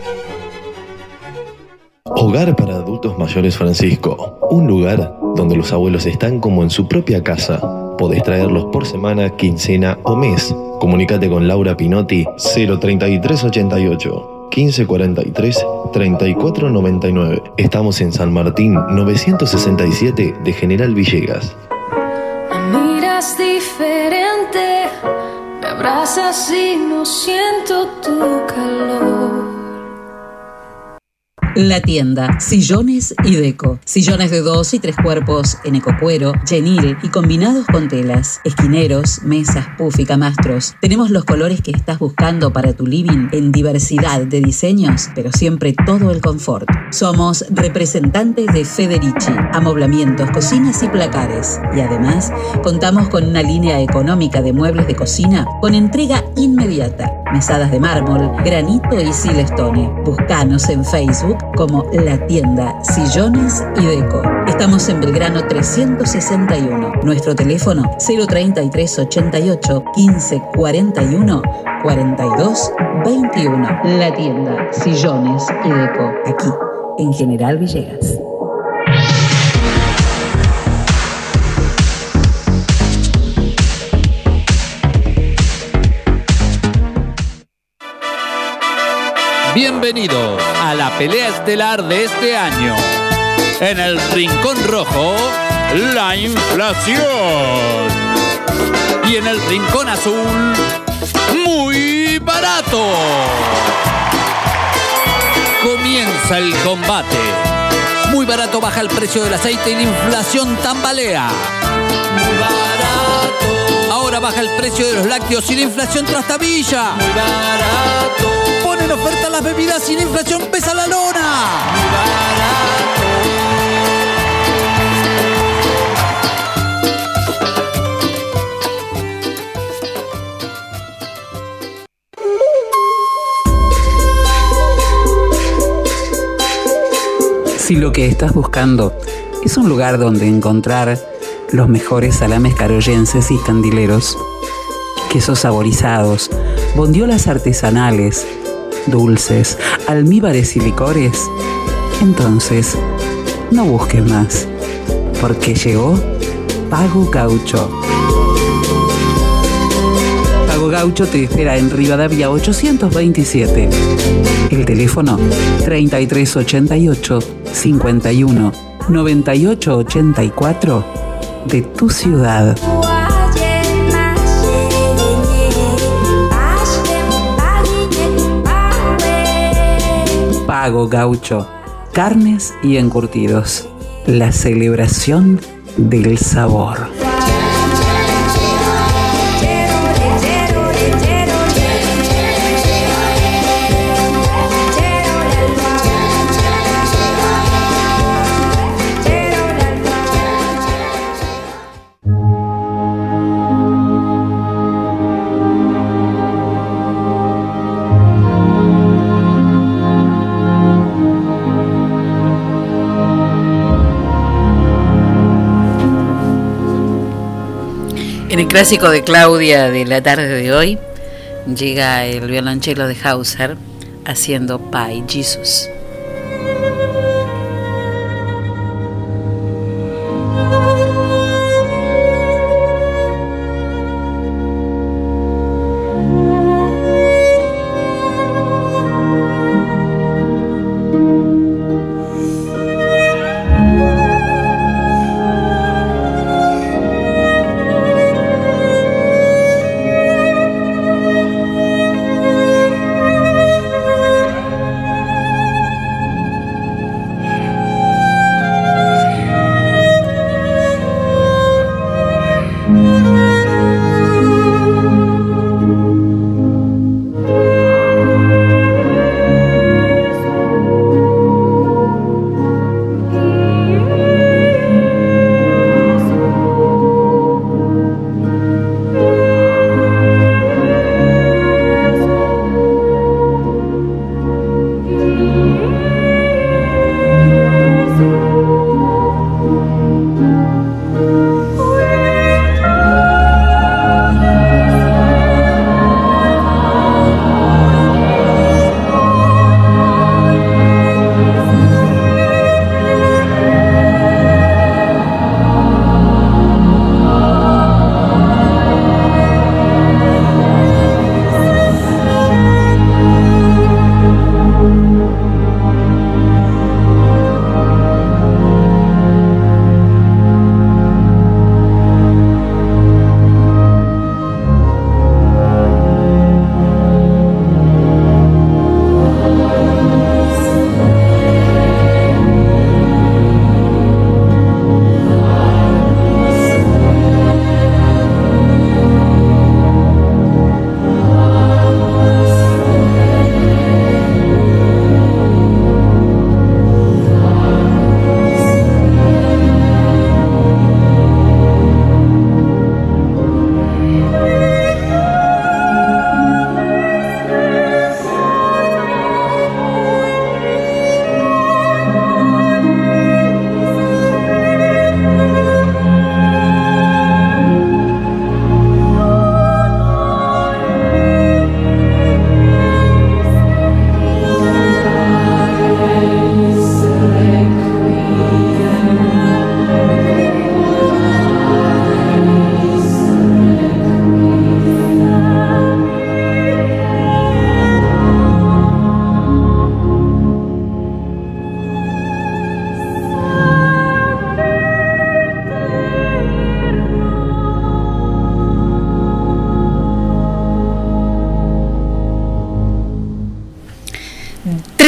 Hogar para Adultos Mayores Francisco. Un lugar donde los abuelos están como en su propia casa. Podés traerlos por semana, quincena o mes. Comunícate con Laura Pinotti cero treinta y tres ochenta y ocho, quince cuarenta y tres, treinta y cuatro noventa y nueve. Estamos en San Martín novecientos sesenta y siete de General Villegas. Me miras diferente, me abrazas y no siento tu calor. La Tienda, sillones y deco. Sillones de dos y tres cuerpos en ecocuero, chenil y combinados con telas. Esquineros, mesas, puff y camastros. Tenemos los colores que estás buscando para tu living en diversidad de diseños, pero siempre todo el confort. Somos representantes de Federici, amoblamientos, cocinas y placares. Y además, contamos con una línea económica de muebles de cocina con entrega inmediata. Mesadas de mármol, granito y silestone. Búscanos en Facebook como La Tienda, Sillones y Deco. Estamos en Belgrano trescientos sesenta y uno. Nuestro teléfono cero treinta y tres ochenta y ocho, quince cuarenta y uno, cuarenta y dos veintiuno. La Tienda, Sillones y Deco. Aquí, en General Villegas. Bienvenidos a la pelea estelar de este año. En el Rincón Rojo, la inflación. Y en el Rincón Azul, muy barato. Comienza el combate. Muy barato baja el precio del aceite y la inflación tambalea. Muy barato. Ahora baja el precio de los lácteos y la inflación trastabilla. Muy barato. En oferta las bebidas sin inflación pesa la lona. Muy barato. Si lo que estás buscando es un lugar donde encontrar los mejores salames caroyenses y candileros, quesos saborizados, bondiolas artesanales, dulces, almíbares y licores, entonces no busques más, porque llegó Pago Gaucho. Pago Gaucho te espera en Rivadavia ochocientos veintisiete. El teléfono treinta y tres ochenta y ocho, cincuenta y uno, noventa y ocho ochenta y cuatro de tu ciudad. Pago Gaucho, carnes y encurtidos, la celebración del sabor. En el clásico de Claudia de la tarde de hoy, llega el violonchelo de Hauser haciendo Pai Jesus.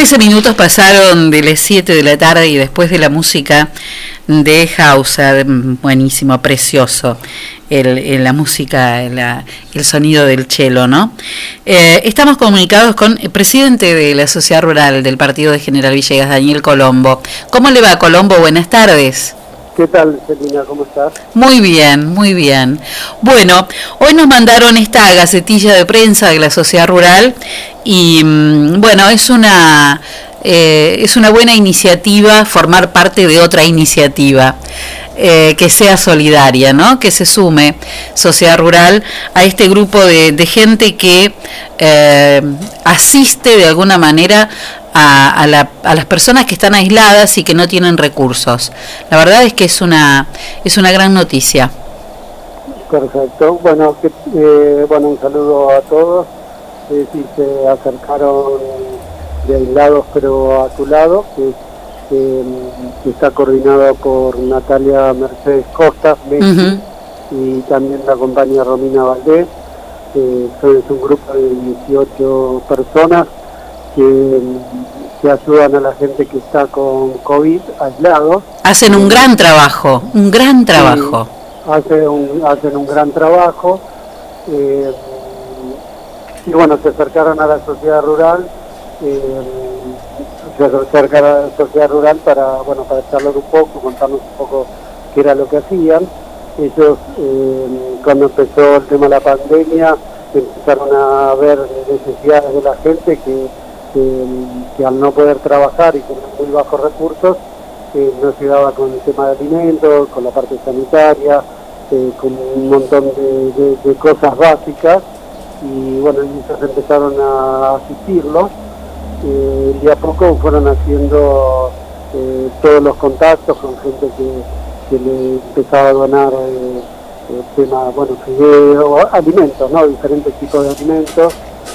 trece minutos pasaron de las siete de la tarde y después de la música de Hauser, buenísimo, precioso, el, el, la música, la, el sonido del cello, ¿no? Eh, estamos comunicados con el presidente de la Sociedad Rural del Partido de General Villegas, Daniel Colombo. ¿Cómo le va, Colombo? Buenas tardes. ¿Qué tal, Celina? ¿Cómo estás? Muy bien, muy bien. Bueno, hoy nos mandaron esta gacetilla de prensa de la Sociedad Rural y, bueno, es una, eh, es una buena iniciativa formar parte de otra iniciativa eh, que sea solidaria, ¿no? Que se sume Sociedad Rural a este grupo de, de gente que eh, asiste de alguna manera A, a, la, a las personas que están aisladas y que no tienen recursos. La verdad es que es una es una gran noticia. Perfecto. Bueno, que, eh, bueno, un saludo a todos. Eh, si se acercaron de aislados pero a tu lado, que, eh, que está coordinado por Natalia Mercedes Costa, Messi, uh-huh. y también la compañía Romina Valdés. Eh, es un grupo de dieciocho personas que, que ayudan a la gente que está con COVID aislados. Hacen un gran trabajo, un gran trabajo. Sí, hacen, un, hacen un gran trabajo. Eh, y bueno, se acercaron a la sociedad rural, eh, se acercaron a la sociedad rural para, bueno, para charlar un poco, contarnos un poco qué era lo que hacían. Ellos, eh, cuando empezó el tema de la pandemia, empezaron a ver necesidades de la gente que Que, que al no poder trabajar y con muy bajos recursos eh, no llegaba con el tema de alimentos, con la parte sanitaria, eh, con un montón de, de, de cosas básicas, y bueno, ellos empezaron a asistirlos eh, y a poco fueron haciendo eh, todos los contactos con gente que, que le empezaba a donar eh, el tema, bueno, fideo, alimentos, ¿no? Diferentes tipos de alimentos.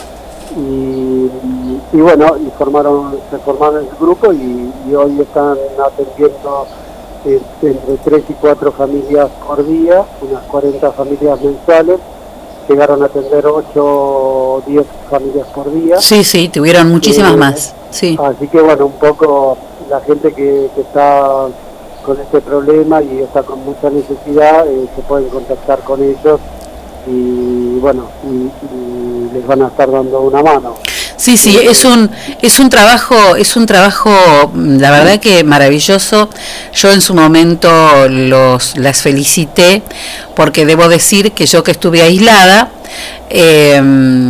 Y, y bueno, y formaron, se formaron el grupo y, y hoy están atendiendo eh, entre tres y cuatro familias por día, unas cuarenta familias mensuales. Llegaron a atender ocho o diez familias por día. Sí, sí, tuvieron muchísimas eh, más. Sí. Así que bueno, un poco la gente que, que está con este problema y está con mucha necesidad, eh, se pueden contactar con ellos y bueno, y, y les van a estar dando una mano. Sí, sí, es un es un trabajo, es un trabajo, la verdad que maravilloso. Yo en su momento los las felicité porque debo decir que yo que estuve aislada eh,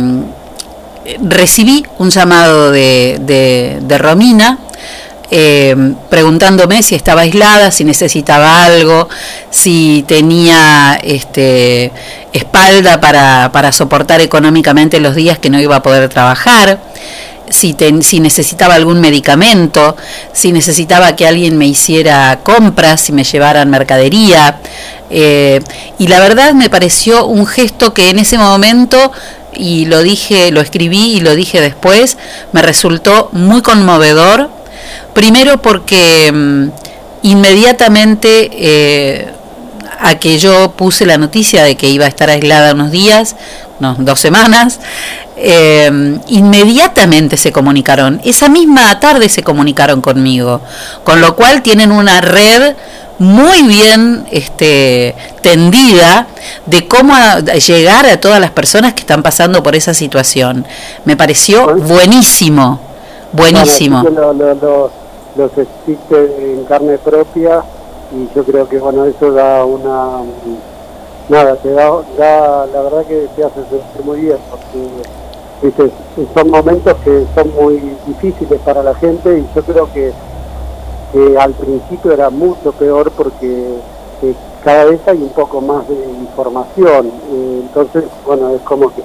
recibí un llamado de de, de Romina. Eh, preguntándome si estaba aislada, si necesitaba algo, si tenía este, espalda para, para soportar económicamente los días que no iba a poder trabajar, si, ten, si necesitaba algún medicamento, si necesitaba que alguien me hiciera compras, si me llevaran mercadería. Eh, y la verdad me pareció un gesto que en ese momento, y lo dije, lo escribí y lo dije después, me resultó muy conmovedor. Primero porque um, inmediatamente eh, a que yo puse la noticia de que iba a estar aislada unos días, unos dos semanas, eh, inmediatamente se comunicaron. Esa misma tarde se comunicaron conmigo, con lo cual tienen una red muy bien este, tendida de cómo a, a llegar a todas las personas que están pasando por esa situación. Me pareció buenísimo, buenísimo. Bueno, lo, lo, lo, los existe en carne propia y yo creo que bueno, eso da una nada, te da, da la verdad que te hace sentir muy bien porque ¿viste? Son momentos que son muy difíciles para la gente y yo creo que, que al principio era mucho peor porque eh, cada vez hay un poco más de información, eh, entonces bueno, es como que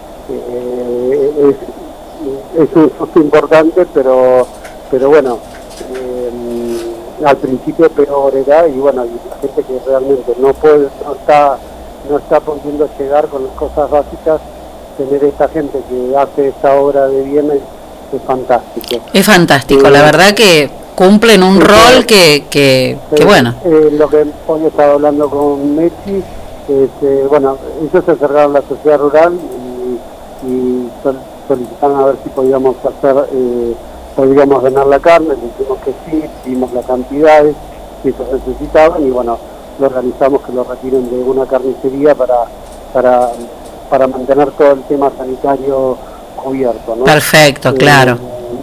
eh, es, es un susto importante, pero pero bueno, Eh, al principio peor era y bueno, y la gente que realmente no puede, no está no está pudiendo llegar con las cosas básicas, tener esta gente que hace esta obra de bien es, es fantástico. Es fantástico, eh, la verdad que cumplen un eh, rol que, que, eh, que bueno. Eh, lo que hoy estaba hablando con Messi, este, bueno, ellos se acercaron a la sociedad rural y, y sol, solicitaron a ver si podíamos hacer eh, podíamos donar la carne, le dijimos que sí, vimos las cantidades que ellos necesitaban y bueno, lo organizamos que lo retiren de una carnicería para para para mantener todo el tema sanitario cubierto, ¿no? Perfecto, Eh, claro.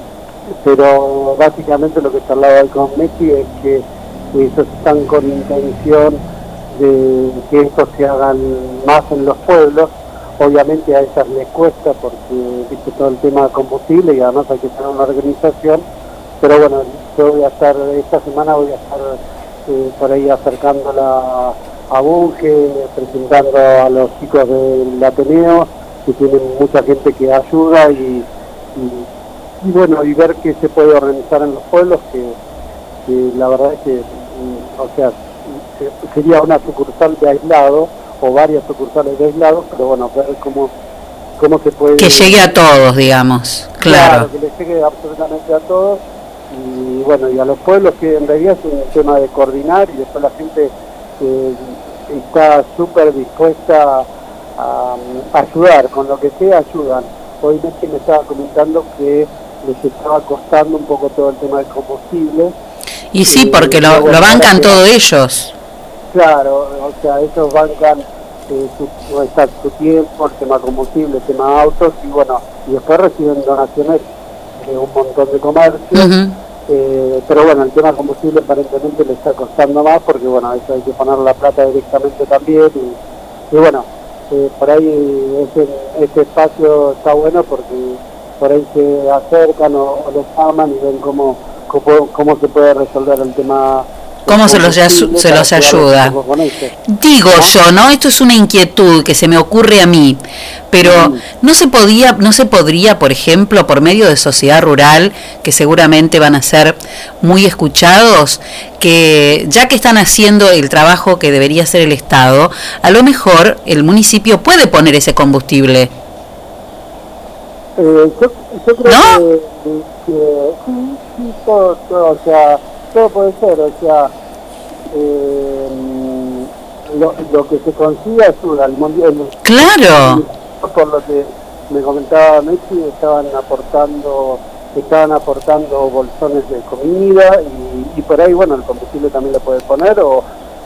Pero básicamente lo que charlaba hoy con Messi es que ellos están con intención de que esto se hagan más en los pueblos. Obviamente a ellas les cuesta porque viste todo el tema de combustible y además hay que tener una organización, pero bueno, yo voy a estar, esta semana voy a estar eh, por ahí acercándola a Bunge, presentando a los chicos del Ateneo, que tienen mucha gente que ayuda y, y, y bueno, y ver qué se puede organizar en los pueblos, que, que la verdad es que, mm, o sea, se- sería una sucursal de aislado, o varias sucursales de aislado, pero bueno, ver cómo, cómo se puede... Que llegue a todos, digamos, claro. que le llegue absolutamente a todos, y bueno, y a los pueblos, que en realidad es un tema de coordinar, y después la gente eh, está súper dispuesta a, a ayudar, con lo que sea ayudan. Hoy Messi me estaba comentando que les estaba costando un poco todo el tema del combustible. Y sí, Eh, porque lo, pero bueno, lo bancan ahora que- todos ellos. Claro, o sea, ellos bancan eh, su, no está su tiempo, el tema combustible, el tema autos, y bueno, y después reciben donaciones de un montón de comercios. Ujú. Eh, pero bueno, el tema combustible aparentemente le está costando más porque bueno, eso hay que poner la plata directamente también y, y bueno, eh, por ahí ese, ese espacio está bueno porque por ahí se acercan o, o los llaman y ven cómo, cómo, cómo se puede resolver el tema. ¿Cómo se los, ayu- se los ayuda? Digo yo, ¿no? Esto es una inquietud que se me ocurre a mí, pero no se podía, no se podría, por ejemplo, por medio de Sociedad Rural, que seguramente van a ser muy escuchados, que ya que están haciendo el trabajo que debería hacer el Estado, a lo mejor el municipio puede poner ese combustible. Eh, yo, yo creo que, que sí, sí, todo, todo, o sea, todo puede ser, o sea, eh, lo, lo que se consiga ayuda al mundial. Claro. Por lo que me comentaba Messi, estaban aportando, estaban aportando bolsones de comida y, y por ahí, bueno, el combustible también lo puede poner o,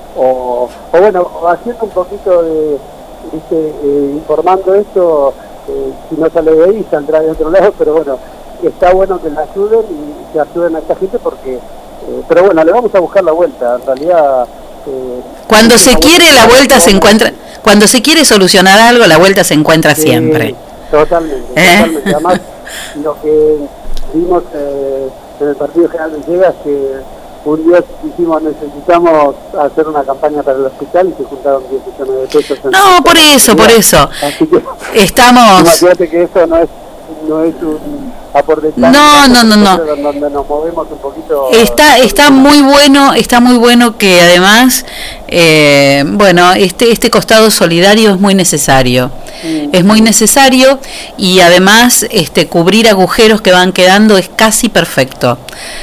o, o bueno, haciendo un poquito de, viste, eh, informando esto. Eh, si no sale de ahí, saldrá de otro lado, pero bueno, está bueno que la ayuden y que ayuden a esta gente porque, eh, pero bueno, le vamos a buscar la vuelta, en realidad... Eh, Cuando se quiere la vuelta se encuentra, cuando se quiere solucionar algo, la vuelta se encuentra sí, siempre. Totalmente, ¿Eh? totalmente. Además, lo que vimos eh, en el Partido General de Villegas, que un día dijimos necesitamos hacer una campaña para el hospital y se juntaron diez millones de pesos. En No, por eso, por eso. Así que, Estamos... imagínate que eso no es, no es un aporte tan No, no, no, no. donde, donde nos movemos un poquito. Está, está muy bueno, está muy bueno que además, eh, bueno, este, este costado solidario es muy necesario, es muy necesario y además, este, cubrir agujeros que van quedando es casi perfecto.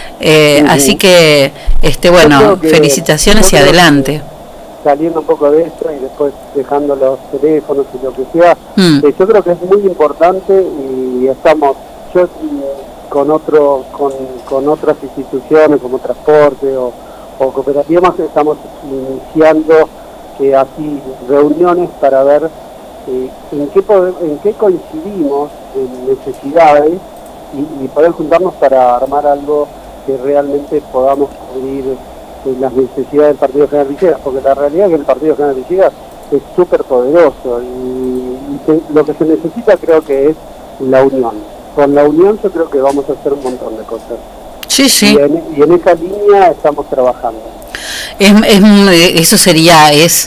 Eh, Ujú. Así que, este, Yo bueno, creo que- felicitaciones yo y creo adelante. Saliendo un poco de esto y después dejando los teléfonos y lo que sea, Mm. eh, yo creo que es muy importante y estamos, yo mm, con otro, con, con otras instituciones como transporte o, o cooperativas estamos iniciando eh, así reuniones para ver eh, en qué pode- en qué coincidimos en necesidades y, y poder juntarnos para armar algo que realmente podamos cubrir eh, las necesidades del Partido General Villegas, porque la realidad es que el Partido General Villegas es súper poderoso y, y se- lo que se necesita creo que es la unión. Con la unión yo creo que vamos a hacer un montón de cosas. Sí, sí. Y en, y en esa línea estamos trabajando. Es, es- eso sería, es,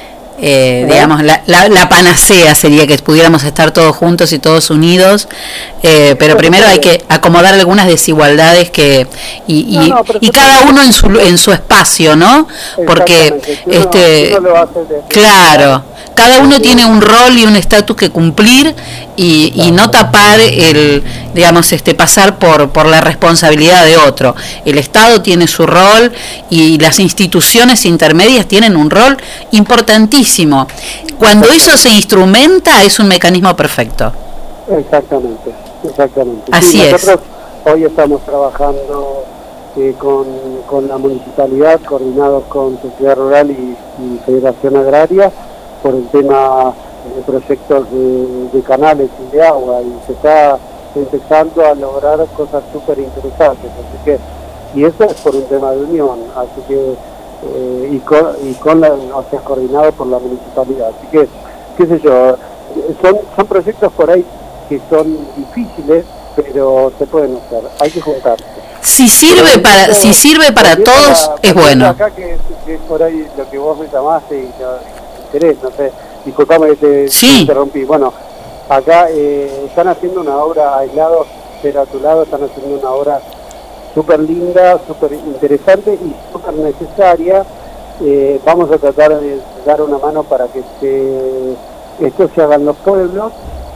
eh, digamos, la, la, la panacea sería que pudiéramos estar todos juntos y todos unidos, eh, pero primero hay que acomodar algunas desigualdades que y, y, No, no, pero y eso cada también- uno en su en su espacio, ¿no? Porque Exactamente. Si uno- este si uno lo hace desde- claro, cada uno tiene un rol y un estatus que cumplir y, y no tapar el, digamos, este pasar por por la responsabilidad de otro. El Estado tiene su rol y las instituciones intermedias tienen un rol importantísimo. Cuando eso se instrumenta es un mecanismo perfecto. Exactamente, exactamente. Así Sí, es. nosotros hoy estamos trabajando eh, con, con la municipalidad, coordinados con Sociedad Rural y, y Federación Agraria, por el tema de proyectos de, de canales y de agua, y se está empezando a lograr cosas súper interesantes, así que, y eso es por un tema de unión, así que, eh, y con, y con la, o sea, coordinado por la municipalidad, así que, qué sé yo, son, son proyectos por ahí que son difíciles, pero se pueden hacer, hay que juntarse. Si sirve Pero, para, pero, si sirve para volviendo todos, a- es volviendo bueno. Acá que, es- que es por ahí lo que vos me llamaste y no, interés, no sé, disculpame que te, Sí. te interrumpí. Bueno, acá eh, están haciendo una obra aislado, pero a tu lado están haciendo una obra súper linda, súper interesante y súper necesaria. Eh, vamos a tratar de dar una mano para que se, esto se haga en los pueblos,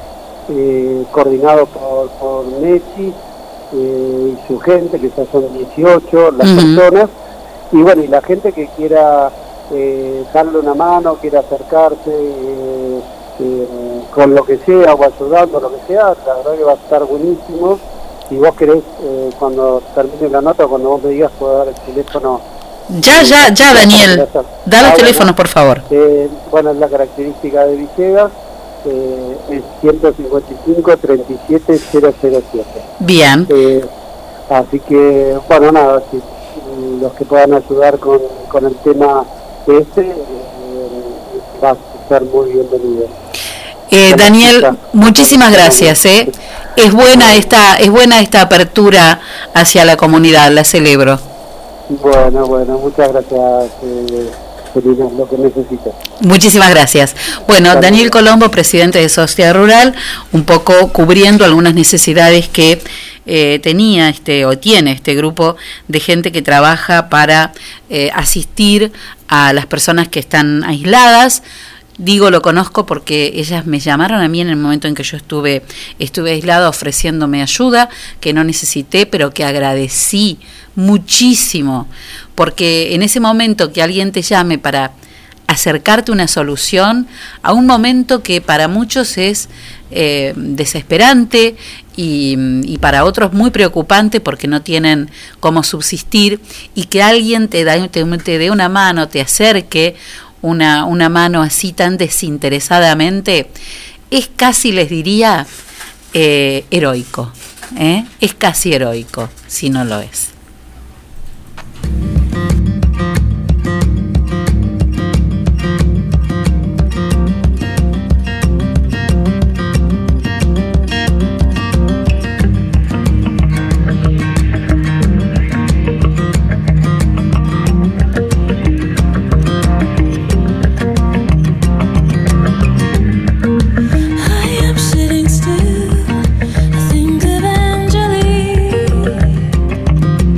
eh, coordinado por, por Messi eh, y su gente, que ya son dieciocho las Ujú. personas, y bueno, y la gente que quiera eh, darle una mano, quiera acercarse eh, eh, con lo que sea o ayudando, lo que sea, la verdad que va a estar buenísimo. Si vos querés, eh, cuando termine la nota, cuando vos me digas, puedo dar el teléfono. Ya, ya, ya, Daniel. Da los Ah, teléfonos, bueno. por favor. Eh, bueno, es la característica de Villegas, eh, es ciento cincuenta y cinco, treinta y siete, cero cero siete. Bien. Eh, así que, bueno, nada, si, si los que puedan ayudar con, con el tema este, eh, va a ser muy bienvenido. Eh, Daniel, muchísimas gracias. ¿eh? Es buena esta, es buena esta apertura hacia la comunidad. La celebro. Bueno, bueno, muchas gracias, eh, Celina, lo que necesites. Muchísimas gracias. Bueno, Daniel Colombo, presidente de Sociedad Rural, un poco cubriendo algunas necesidades que eh, tenía este o tiene este grupo de gente que trabaja para eh, asistir a las personas que están aisladas. Digo, lo conozco porque ellas me llamaron a mí en el momento en que yo estuve estuve aislada, ofreciéndome ayuda que no necesité, pero que agradecí muchísimo, porque en ese momento que alguien te llame para acercarte una solución a un momento que para muchos es eh, desesperante y, y para otros muy preocupante porque no tienen cómo subsistir, y que alguien te, da, te, te dé una mano, te acerque una, una mano así tan desinteresadamente, es casi, les diría, eh, heroico, ¿eh? Es casi heroico, si no lo es. I am sitting still. I think of Angelique.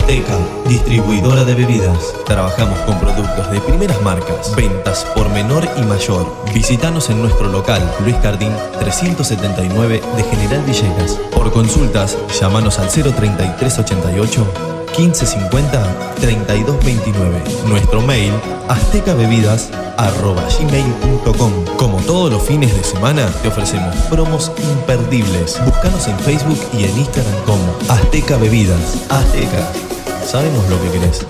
Azteca, distribuidora de bebidas. Trabajamos con productos de primeras marcas, ventas por menor y mayor. Visítanos en nuestro local, Luis Cardín trescientos setenta y nueve de General Villegas. Por consultas, llámanos al cero treinta y tres ochenta y ocho, quince cincuenta, treinta y dos veintinueve. Nuestro mail, aztecabebidas arroba gmail punto com. Como todos los fines de semana, te ofrecemos promos imperdibles. Búscanos en Facebook y en Instagram como Azteca Bebidas. Azteca, sabemos lo que querés.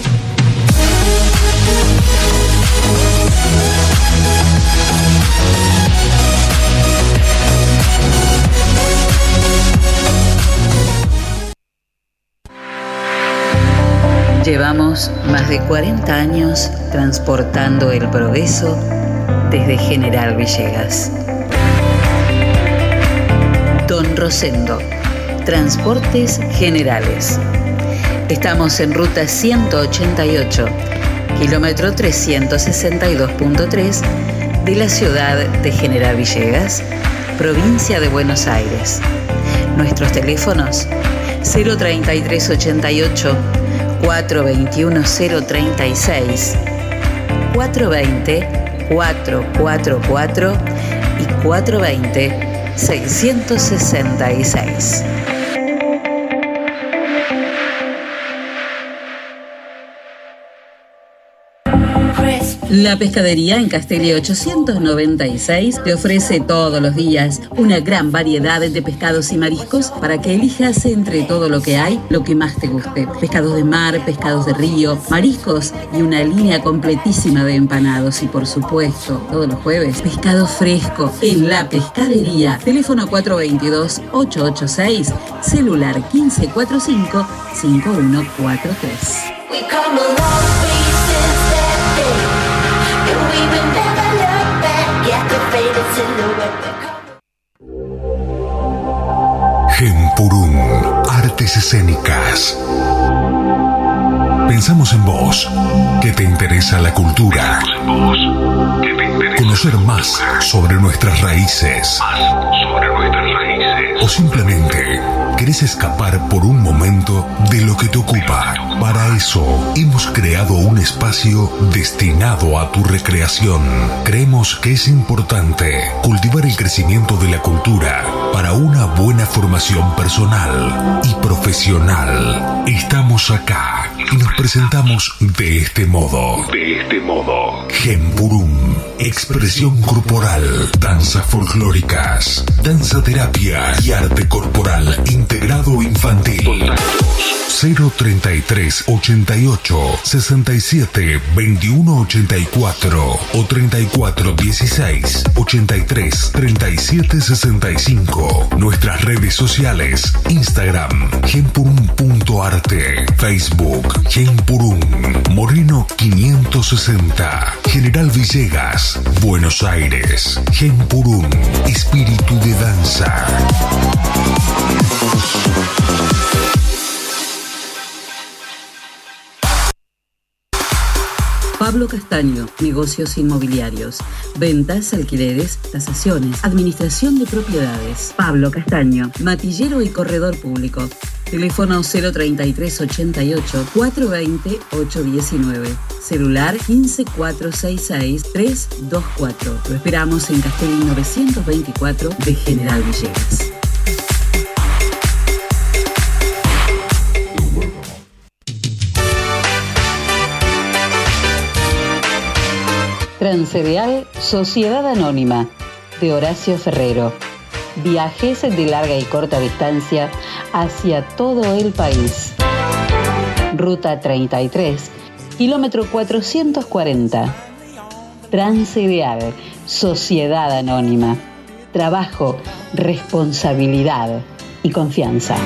Llevamos más de cuarenta años transportando el progreso desde General Villegas. Don Rosendo, Transportes Generales. Estamos en ruta ciento ochenta y ocho, kilómetro trescientos sesenta y dos punto tres de la ciudad de General Villegas, provincia de Buenos Aires. Nuestros teléfonos cero treinta y tres ochenta y ocho, cuatrocientos veintiuno, cero treinta y seis, cuatrocientos veinte, cuatrocientos cuarenta y cuatro y cuatrocientos veinte, seiscientos sesenta y seis. La Pescadería en Castelli ochocientos noventa y seis te ofrece todos los días una gran variedad de pescados y mariscos para que elijas entre todo lo que hay, lo que más te guste. Pescados de mar, pescados de río, mariscos y una línea completísima de empanados. Y por supuesto, todos los jueves, pescado fresco en La Pescadería. Teléfono cuatro dos dos, ocho ocho seis, celular quince cuarenta y cinco, cincuenta y uno cuarenta y tres. Genpurún, Artes Escénicas. Pensamos en vos, que te interesa la cultura. Conocer más sobre nuestras raíces. O simplemente querés escapar por un momento de lo que te ocupa. Para eso hemos creado un espacio destinado a tu recreación. Creemos que es importante cultivar el crecimiento de la cultura para una buena formación personal y profesional. Estamos acá y nos presentamos de este modo. De este modo. Genpurún, expresión corporal, danzas folclóricas, danza terapia y arte corporal integrado infantil. cero treinta y tres ochenta y ocho, sesenta y siete, veintiuno ochenta y cuatro o treinta y cuatro dieciséis, ochenta y tres, treinta y siete sesenta y cinco. Nuestras redes sociales: Instagram, genpurún punto arte, Facebook, Genpurún, Moreno quinientos sesenta, General Villegas, Buenos Aires. Genpurún, espíritu de danza. Pablo Castaño, negocios inmobiliarios, ventas, alquileres, tasaciones, administración de propiedades. Pablo Castaño, matillero y corredor público. Teléfono cero treinta y tres ochenta y ocho, cuatrocientos veinte, ochocientos diecinueve. Celular quince cuatrocientos sesenta y seis, trescientos veinticuatro. Lo esperamos en Castelli novecientos veinticuatro de General Villegas. Transcereal Sociedad Anónima de Horacio Ferrero. Viajes de larga y corta distancia hacia todo el país. Ruta treinta y tres, kilómetro cuatrocientos cuarenta. Transcereal Sociedad Anónima. Trabajo, responsabilidad y confianza.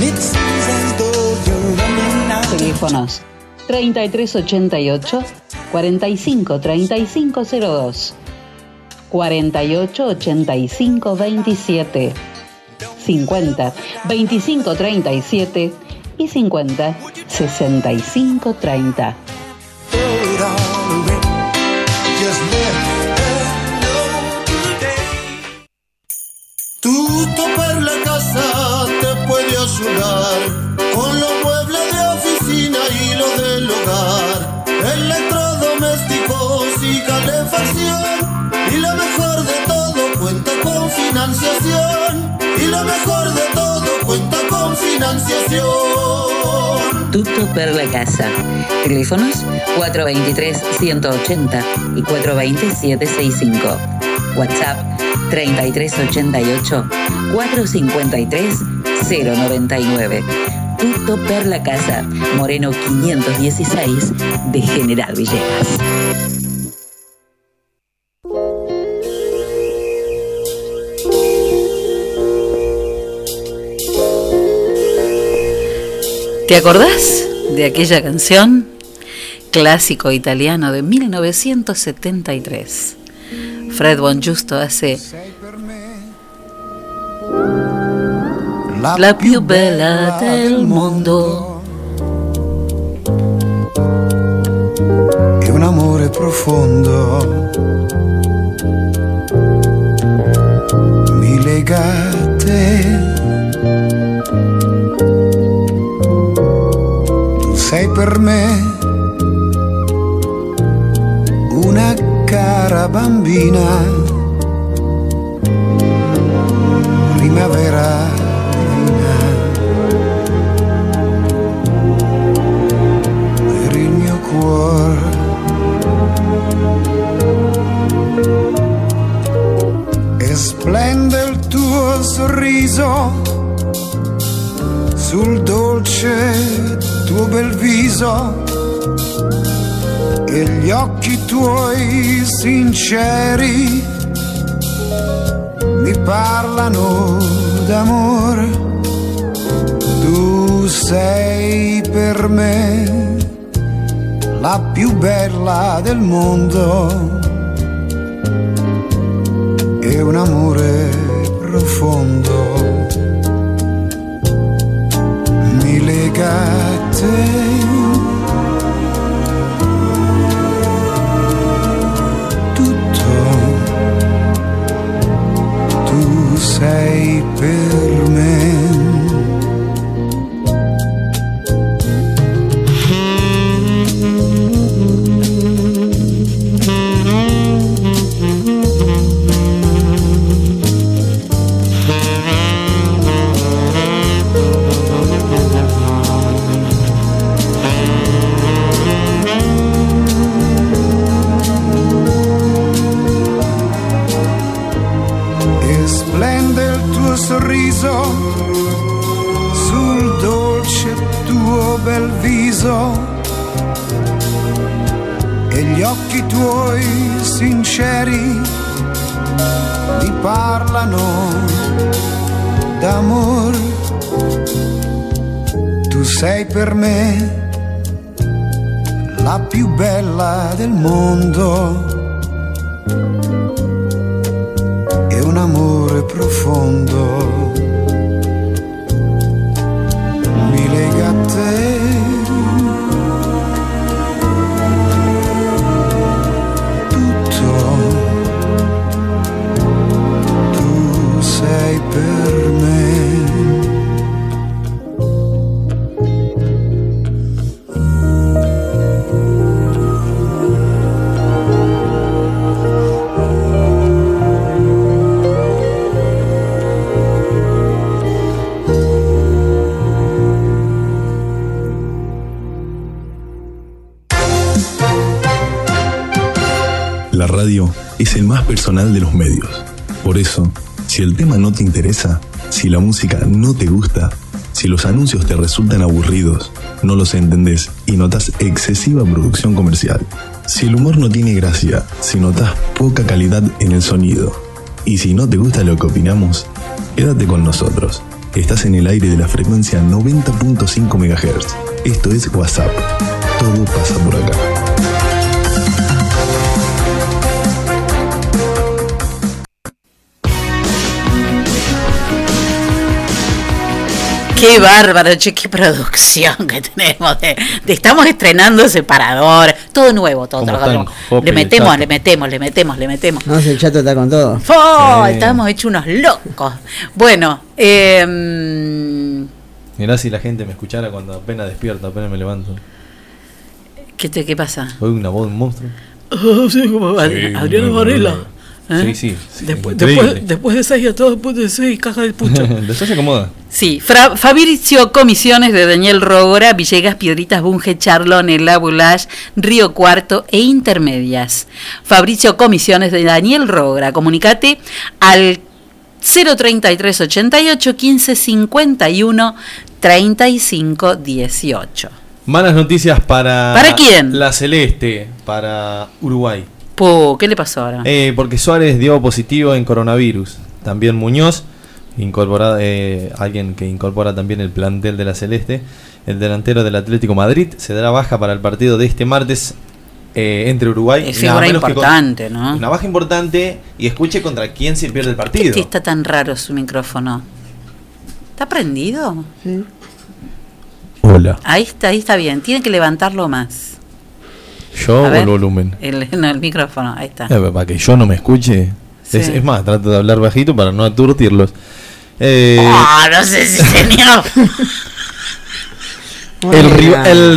Teléfonos treinta y tres ochenta y ocho, cuarenta y cinco treinta y cinco cero dos, cuarenta y ocho ochenta y cinco veintisiete, cincuenta veinticinco treinta y siete y cincuenta sesenta y cinco treinta. Tu topar la casa te puede ayudar con los muebles de oficina. y lo del hogar, electrodomésticos y calefacción. Y lo mejor de todo cuenta con financiación. Y lo mejor de todo cuenta con financiación. Tutto per la casa. Teléfonos cuatro dos tres, uno ocho cero y cuatro dos cero, siete seis cinco. WhatsApp treinta y tres ochenta y ocho, cuatrocientos cincuenta y tres, cero noventa y nueve. Tutto per la casa. Moreno quinientos dieciséis de General Villegas. ¿Te acordás de aquella canción? Clásico italiano de mil novecientos setenta y tres. Fred Bongiusto hace La più bella del mondo. È un amore profondo, mi lega a te. Sei per me una cara bambina, primavera divina, per il mio cuore. E splende il tuo sorriso sul dolce tuo bel viso e gli occhi tuoi sinceri mi parlano d'amore. Tu sei per me la più bella del mondo, è un amore profondo, mi lega a te. Sei per me. Sorriso sul dolce tuo bel viso e gli occhi tuoi sinceri mi parlano d'amor. Tu sei per me la più bella del mondo, è un amore profondo, mi lega a te. Tutto, tu sei per me. La radio es el más personal de los medios. Por eso, si el tema no te interesa, si la música no te gusta, si los anuncios te resultan aburridos, no los entendés y notas excesiva producción comercial, si el humor no tiene gracia, si notas poca calidad en el sonido, y si no te gusta lo que opinamos, quédate con nosotros. Estás en el aire de la frecuencia noventa punto cinco megahertz. Esto es WhatsApp. Todo pasa por acá. Qué bárbaro, che, qué producción que tenemos. De, de- estamos estrenando separador, todo nuevo, todo. ¿Cómo todo, están, todo. Jopi, Le el metemos, Chato? le metemos, le metemos, le metemos. No, si el chato está con todo. ¡Fo! Sí. Estamos hechos unos locos. Bueno, eh, Mirá si la gente me escuchara cuando apenas despierto, apenas me levanto. ¿Qué, te, ¿Qué pasa? Oigo una voz de un monstruo. Oh, sí, como Sí, Adriana no, no, Varela. no, no. ¿Eh? Sí, sí, sí, Después, increíble. después, después de seis a todo, después de seis, caja de pucho. Después se acomoda. Sí, Fra- Fabricio Comisiones de Daniel Rogora, Villegas, Piedritas, Bunge, Charlón, El Abulash, Río Cuarto e Intermedias. Fabricio Comisiones de Daniel Rogora, comunicate al cero treinta y tres ochenta y ocho quince cincuenta y uno treinta y cinco dieciocho. Malas noticias para... ¿Para quién? La Celeste, para Uruguay. Po, ¿qué le pasó ahora? Eh, porque Suárez dio positivo en coronavirus. También Muñoz, incorporado, eh, alguien que incorpora también el plantel de la Celeste, el delantero del Atlético Madrid, se dará baja para el partido de este martes eh, entre Uruguay. Es figura importante, con, ¿no? Una baja importante, y escuche contra quién se pierde el ¿Por partido. qué está tan raro su micrófono? ¿Está prendido? Sí. Hola. Ahí está, ahí está bien. Tiene que levantarlo más. Yo A o ver. el volumen. El, no, el micrófono, ahí está. Eh, para que yo no me escuche. Sí. Es, es más, trato de hablar bajito para no aturdirlos. Eh, Ah, no sé si señor. el, rival- el,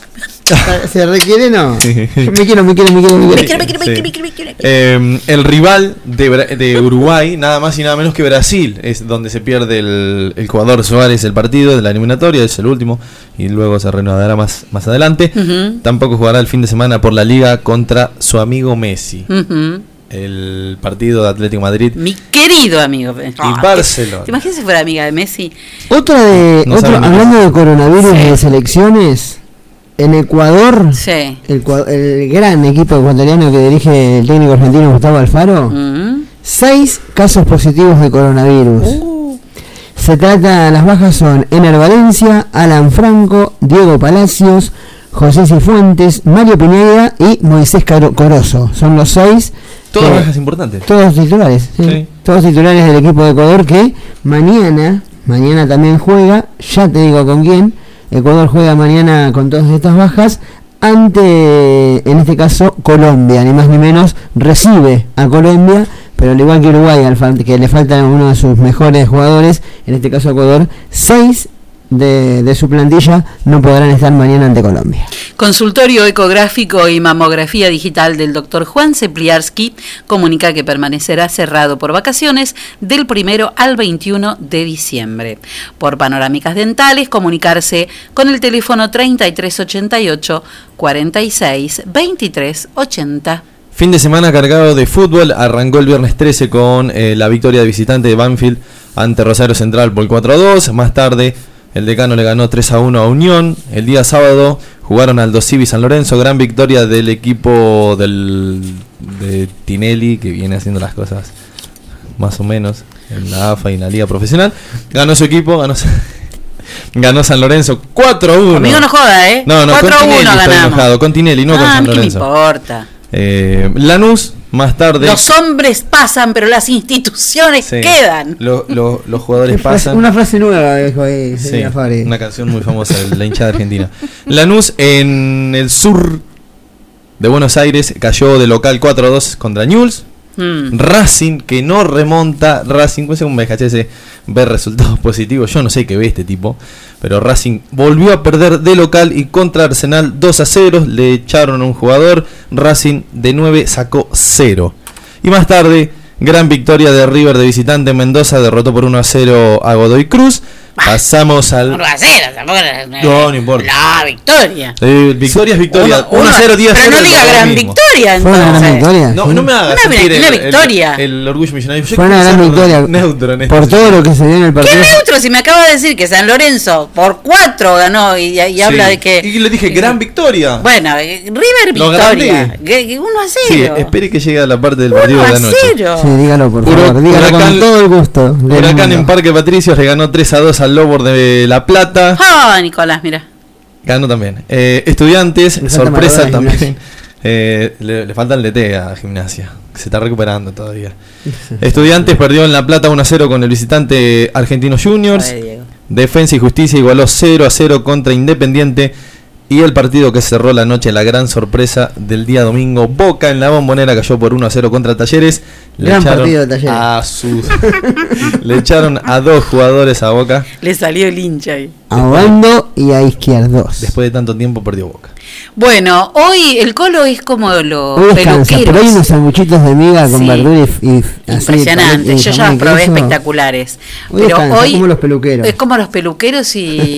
¿Se requiere no? Me quiero, me quiero, me quiero, me quiero. Sí. Eh, el rival de, Bra- de Uruguay, nada más y nada menos que Brasil, es donde se pierde el, el jugador Suárez el partido de la eliminatoria, es el último, y luego se reanudará más, más adelante. Ujú. Tampoco jugará el fin de semana por la Liga contra su amigo Messi. Ujú. El partido de Atlético Madrid Mi querido amigo. y Barcelona. ¿Te imaginas si fuera amiga de Messi? Otra de, No otro, saben ni hablando de coronavirus y de selecciones, en Ecuador, Sí. el, cua- el gran equipo ecuatoriano que dirige el técnico argentino Gustavo Alfaro, Mm. seis casos positivos de coronavirus. Uh. Se trata, las bajas son Ener Valencia, Alan Franco, Diego Palacios, José Cifuentes, Mario Pineda y Moisés Caro- Corozo. Son los seis. Todas que- bajas importantes. Todos titulares, sí. Sí. Todos titulares del equipo de Ecuador que mañana, mañana también juega, ya te digo con quién. Ecuador juega mañana con todas estas bajas ante, en este caso, Colombia, ni más ni menos, recibe a Colombia, pero al igual que Uruguay, al fal- que le falta uno de sus mejores jugadores, en este caso Ecuador, seis de, de su plantilla no podrán estar mañana ante Colombia. Consultorio ecográfico y mamografía digital del doctor Juan Cepliarski comunica que permanecerá cerrado por vacaciones del primero al veintiuno de diciembre. Por panorámicas dentales, comunicarse con el teléfono treinta y tres ochenta y ocho cuarenta y seis veintitrés ochenta. Fin de semana cargado de fútbol. Arrancó el viernes trece con eh, la victoria de visitante de Banfield ante Rosario Central por cuatro a dos. Más tarde el Decano le ganó tres a uno a Unión. El día sábado jugaron Aldo Civi San Lorenzo. Gran victoria del equipo del, de Tinelli, que viene haciendo las cosas más o menos en la A F A y en la Liga Profesional. Ganó su equipo, ganó, ganó San Lorenzo cuatro a uno. Conmigo no joda, ¿eh? No, no, con cuatro a Tinelli uno estoy ganamos. enojado. Con Tinelli, no con Ah, San ¿qué me Lorenzo. importa? Eh, Lanús, más tarde. Los hombres pasan, pero las instituciones Sí. quedan. Lo- lo- los jugadores pasan. Una frase nueva, dijo ahí, Sí, señora Fabri. una canción muy famosa de la hinchada argentina. Lanús en el sur de Buenos Aires cayó de local cuatro a dos contra Newell's. Mm. Racing, que no remonta. Racing, pues según B H S ver resultados positivos. Yo no sé qué ve este tipo. Pero Racing volvió a perder de local y contra Arsenal dos a cero. Le echaron a un jugador. Racing de nueve sacó cero. Y más tarde, gran victoria de River de visitante en Mendoza. Derrotó por uno a cero a Godoy Cruz. Pasamos al. uno a cero, tampoco era- No, no importa. La victoria. Eh, victoria es victoria. Uno- uno a cero, diez a cero. Pero no diga es lo gran mismo. victoria, Fue una gran entonces. victoria. No, sí. no me hagas Una- sentir una el, el- victoria. el orgullo millonario. Yo Fue una quiero gran ser victoria neutro en esto. por todo lo que se dio en el ¿Qué partido. neutro? Si me acaba de decir que San Lorenzo por cuatro ganó y, y Sí. habla de que. Y le dije, gran victoria. Bueno, eh, River Lo victoria. agrandé. Que- que uno a Sí, cero. espere que llegue a la parte del partido uno de a la noche. cero. Sí, dígalo por Hura- favor, dígalo Huracán- con todo el gusto. del Huracán mundo. en Parque Patricios le ganó tres a dos al Lobo de La Plata. Ah, Nicolás, mira. Ganó también. Eh, estudiantes, Le falta sorpresa Maradona a también. Gimnasia. Eh, le, le falta el D T a Gimnasia, que se está recuperando todavía. Estudiantes perdió en La Plata uno a cero con el visitante Argentinos Juniors. Ay, Diego. Defensa y Justicia igualó cero a cero contra Independiente. Y el partido que cerró la noche, la gran sorpresa del día domingo, Boca en la Bombonera cayó por uno a cero contra Talleres. Le Gran echaron partido de Talleres. a sus le echaron a dos jugadores a Boca. Le salió el hincha ahí. A Bando y a Izquierdos. Después de tanto tiempo perdió Boca. Bueno, hoy el Colo es como los Hoy descansa, peluqueros. pero hay unos sanguchitos de miga con Sí. verdura y, y así, Impresionante, y yo ya jamón los y probé queso. espectaculares. Hoy pero descansa, hoy como los peluqueros. es como los peluqueros y,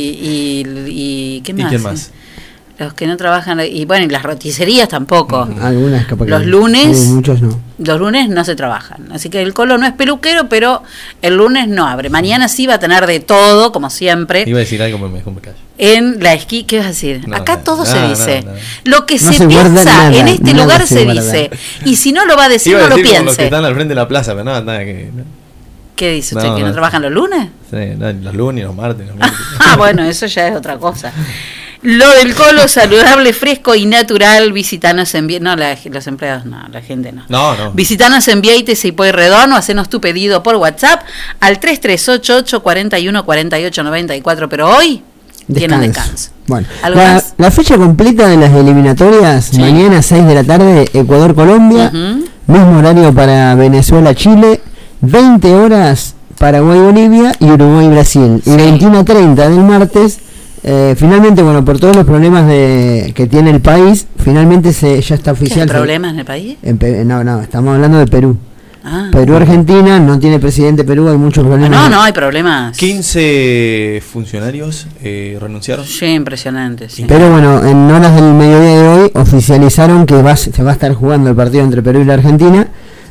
y, y ¿qué ¿Y más? quién más? Los que no trabajan, y bueno, y las roticerías tampoco. Algunas capaz que Los no. lunes- Sí, muchos no. Los lunes no se trabajan, así que el Colo no es peluquero, pero el lunes no abre. Mañana sí va a tener de todo, como siempre, Iba a decir algo, pero mejor me callo. en la esquí. ¿Qué vas a decir? No, Acá nada, todo nada, se dice. nada, nada. Lo que No se, se guarda piensa nada, en este nada lugar se se guarda. dice. Y si no lo va a decir, Iba no a lo decir como los que piense. están al frente de la plaza, pero nada, nada que... no. ¿Qué dice usted? No, ¿Que no no. trabajan los lunes? Sí, no, los lunes, los martes, los miércoles. Ah, bueno, eso ya es otra cosa. Lo del Colo, saludable, fresco y natural. Visitanos en Vie- No, la- los empleados no, la gente no. No, no. Visitanos en Vieites y Pueyrredón o hacenos tu pedido por WhatsApp al tres tres ocho ocho, cuatro uno, cuatro ocho nueve cuatro. Pero hoy tienen Descanso. descanso. Bueno, ¿Algo la, más? la fecha completa de las eliminatorias, Sí. mañana seis de la tarde, Ecuador-Colombia, Ujú. mismo horario para Venezuela-Chile, veinte horas Paraguay-Bolivia y Uruguay-Brasil. Y veintiuno treinta del martes, eh, finalmente, bueno, por todos los problemas de que tiene el país, finalmente se ya está ¿Qué oficial. problemas en el país? En Pe- no, no, estamos hablando de Perú. Ah. Perú-Argentina, no tiene presidente Perú, hay muchos Ah, problemas. no, no, hay problemas. quince funcionarios eh, renunciaron. Sí, impresionante. Sí. Pero bueno, en horas del mediodía de hoy oficializaron que va, se va a estar jugando el partido entre Perú y la Argentina.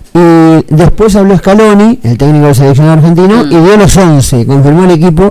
Y después habló Scaloni, el técnico del seleccionado argentino, Mm. y dio los once, confirmó el equipo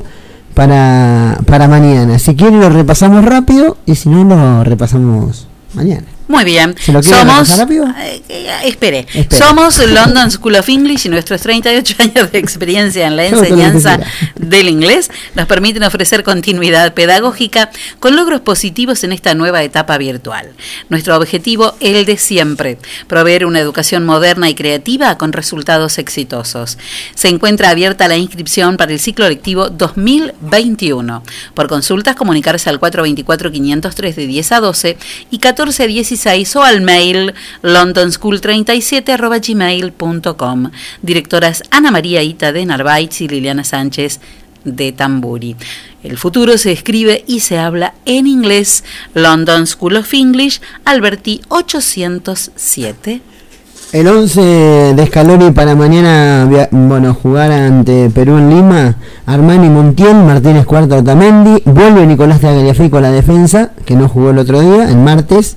para, para mañana. Si quieren lo repasamos rápido y si no lo repasamos mañana. Muy bien. ¿Se lo quiere Somos. repasar rápido? Eh, eh, espere. Espere. Somos London School of English y nuestros treinta y ocho años de experiencia en la Yo te lo enseñanza decía. del inglés nos permiten ofrecer continuidad pedagógica con logros positivos en esta nueva etapa virtual. Nuestro objetivo, el de siempre, proveer una educación moderna y creativa con resultados exitosos. Se encuentra abierta la inscripción para el ciclo lectivo dos mil veintiuno. Por consultas, comunicarse al cuatro dos cuatro, cinco cero tres de diez a doce y catorce a dieciséis o al mail londonschool treinta y siete arroba gmail punto com. Directoras Ana María Ita de Narváez y Liliana Sánchez de Tamburi. El futuro se escribe y se habla en inglés. London School of English, Alberti ochocientos siete. El once de Scaloni para mañana, via- bueno, jugar ante Perú en Lima, Armani Montiel, Martínez Cuarta Otamendi, vuelve Nicolás Tagliafico a la defensa, que no jugó el otro día, el martes,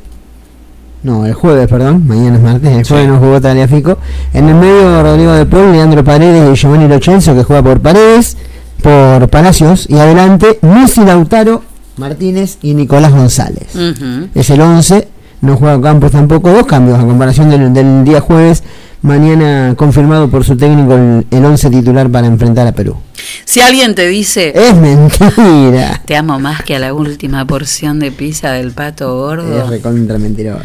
no, el jueves, perdón, mañana es martes, el jueves Sí. no jugó Tagliafico. En el medio, Rodrigo de Paul, Leandro Paredes y Giovanni Lo Celso, que juega por Paredes, por Palacios, y adelante, Messi, Lautaro, Martínez y Nicolás González. Ujú. Es el once, no juega Campos tampoco, dos cambios a comparación del, del día jueves, mañana confirmado por su técnico el, el once titular para enfrentar a Perú. Si alguien te dice, Es mentira, te amo más que a la última porción de pizza del Pato Gordo, es recontra mentiroso.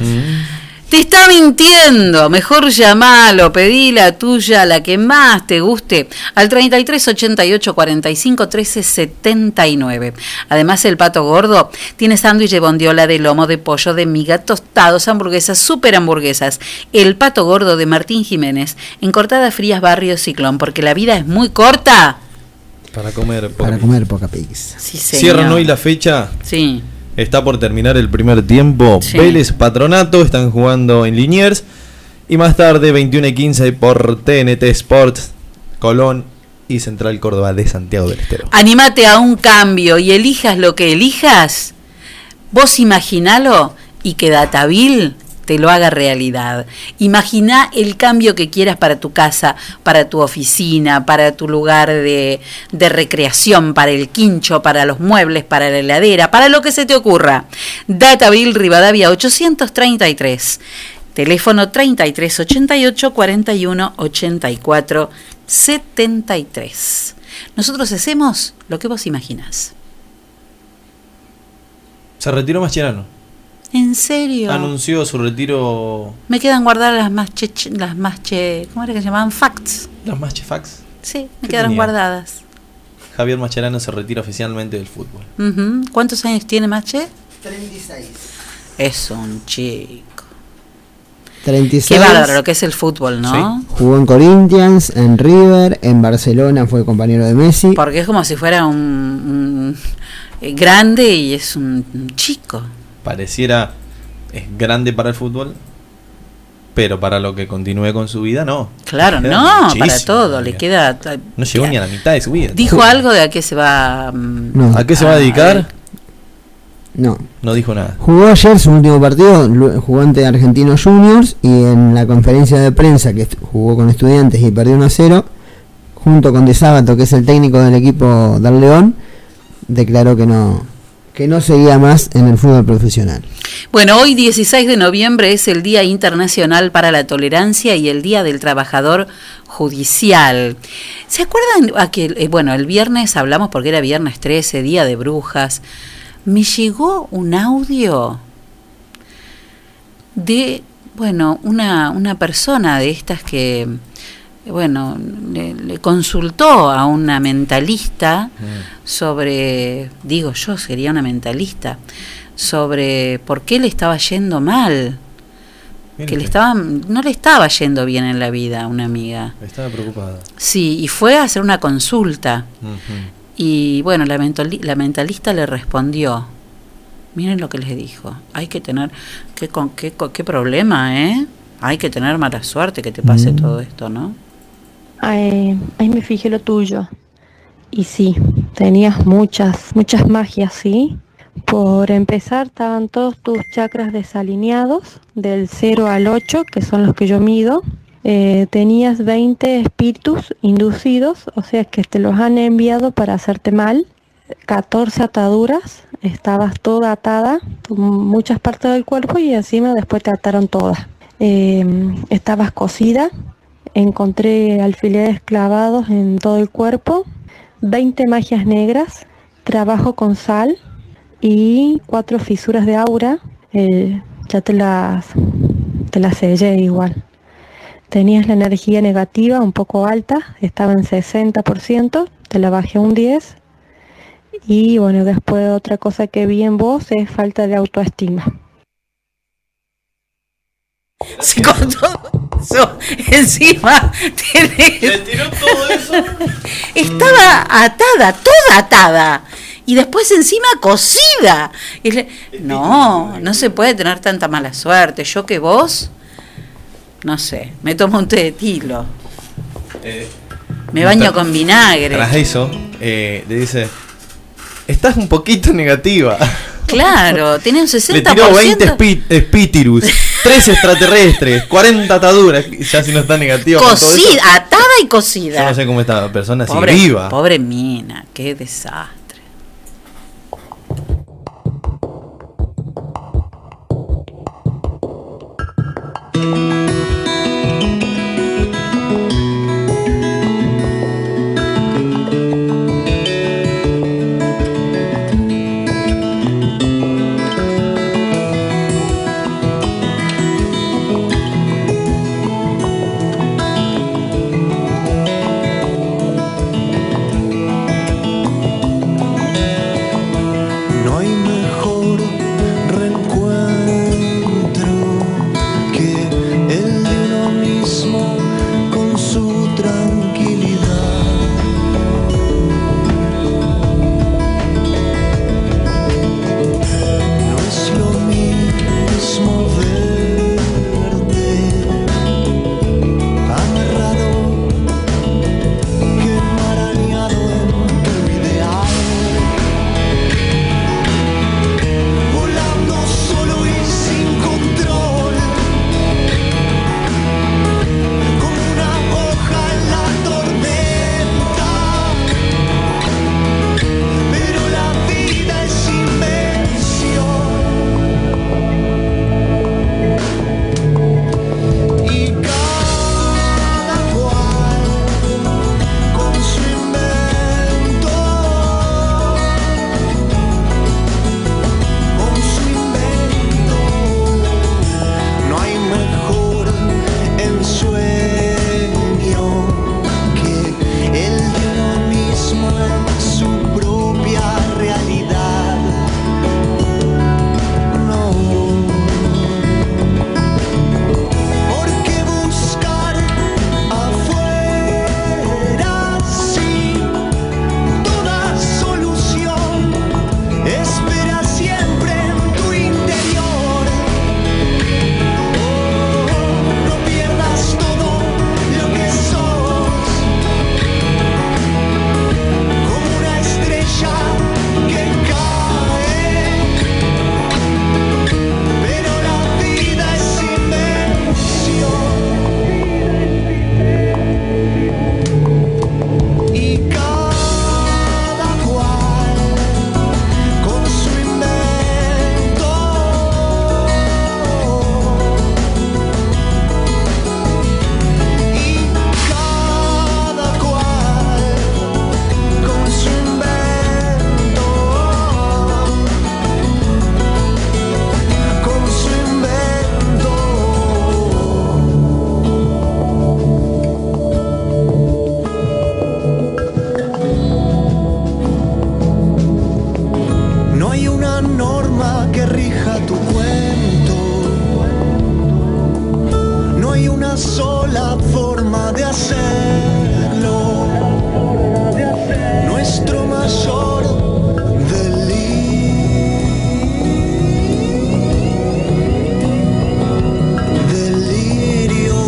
te está mintiendo. Mejor llamalo, pedí la tuya, la que más te guste, al treinta y tres ochenta y ocho cuarenta y cinco trece setenta y nueve. Además, el Pato Gordo tiene sándwich de bondiola, de lomo, de pollo, de miga, tostados, hamburguesas, super hamburguesas. El Pato Gordo de Martín Jiménez, en Cortadas Frías, Barrio Ciclón, porque la vida es muy corta. Para comer. poca Para pizza. comer poca pizza. Sí, señor. Cierran hoy la fecha. Sí. Está por terminar el primer tiempo. Sí. Vélez Patronato están jugando en Liniers. Y más tarde, veintiuno y quince por T N T Sports, Colón y Central Córdoba de Santiago del Estero. Anímate a un cambio y elijas lo que elijas. Vos imaginalo y que Dataville te lo haga realidad. Imagina el cambio que quieras para tu casa, para tu oficina, para tu lugar de, de recreación, para el quincho, para los muebles, para la heladera, para lo que se te ocurra. Dataville Rivadavia ochocientos treinta y tres. Teléfono treinta y tres ochenta y ocho cuarenta y uno ochenta y cuatro setenta y tres. Nosotros hacemos lo que vos imaginás. Se retiró Mascherano. ¿En serio? Anunció su retiro. Me quedan guardadas las más che, che- las más che, ¿cómo era que se llamaban? Facts. Las Maschefax. Sí, me ¿Qué quedaron tenía? guardadas. Javier Mascherano se retira oficialmente del fútbol. Ujú. ¿Cuántos años tiene Mache? treinta y seis. Es un chico. treinta y Qué seis. bárbaro lo que es el fútbol, ¿no? Jugó en Corinthians, en River, en Barcelona fue compañero de Messi. Porque es como si fuera un, un- eh, grande y es un, un chico. pareciera es grande para el fútbol, pero para lo que continúe con su vida, no. Claro, Le queda no, muchísimo para todo, todavía. le queda... No llegó ni a la mitad de su vida. ¿Dijo algo de a qué se va? mm, No. ¿A qué se va a dedicar? No. No dijo nada. Jugó ayer su último partido, lu- jugó ante Argentinos Juniors, y en la conferencia de prensa que est- jugó con Estudiantes y perdió uno a cero, junto con De Sábato, que es el técnico del equipo del León, declaró que no que no seguía más en el fútbol profesional. Bueno, hoy dieciséis de noviembre es el Día Internacional para la Tolerancia y el Día del Trabajador Judicial. ¿Se acuerdan? A que, eh, bueno, el viernes hablamos porque era viernes trece, Día de Brujas. Me llegó un audio de, bueno, una, una persona de estas que, bueno, le, le consultó a una mentalista sobre, digo yo, sería una mentalista, sobre por qué le estaba yendo mal, que le estaba, no le estaba yendo bien en la vida a una amiga. Estaba preocupada. Sí, y fue a hacer una consulta. Ujú. Y bueno, la, mentali- la mentalista le respondió, miren lo que les dijo, hay que tener, qué, con, qué, con- qué problema, ¿eh? Hay que tener mala suerte que te pase Mm. todo esto, ¿no? Ahí, ahí me fijé lo tuyo. Y sí, tenías muchas, muchas magias, ¿sí? Por empezar, estaban todos tus chakras desalineados, del cero al ocho, que son los que yo mido. Eh, tenías veinte espíritus inducidos, o sea que te los han enviado para hacerte mal. catorce ataduras, estabas toda atada, muchas partes del cuerpo, y encima después te ataron todas. Eh, estabas cosida. Encontré alfileres clavados en todo el cuerpo, veinte magias negras, trabajo con sal y cuatro fisuras de aura. Eh, ya te las, te las sellé igual. Tenías la energía negativa un poco alta, estaba en sesenta por ciento, te la bajé a un diez por ciento. Y bueno, después otra cosa que vi en vos es falta de autoestima. Sí, con todo eso, encima tenés... ¿Le tiró todo eso? Estaba atada, toda atada. Y después encima cosida. Y le- No, no se puede tener tanta mala suerte. Yo que vos, no sé, me tomo un té de tilo. Eh, Me baño tras- con vinagre. Tras eso, eh, le dice, estás un poquito negativa. Claro, tiene un Le sesenta tiró por veinte ciento. espi- espíritus, tres extraterrestres, cuarenta ataduras. Ya si no está negativa. con todo eso, Cosida, atada y yo cocida. no sé cómo esta persona sigue Pobre, viva. pobre mina, qué desastre. hay una norma que rija tu cuento. No hay una sola forma de hacerlo. Nuestro mayor delirio.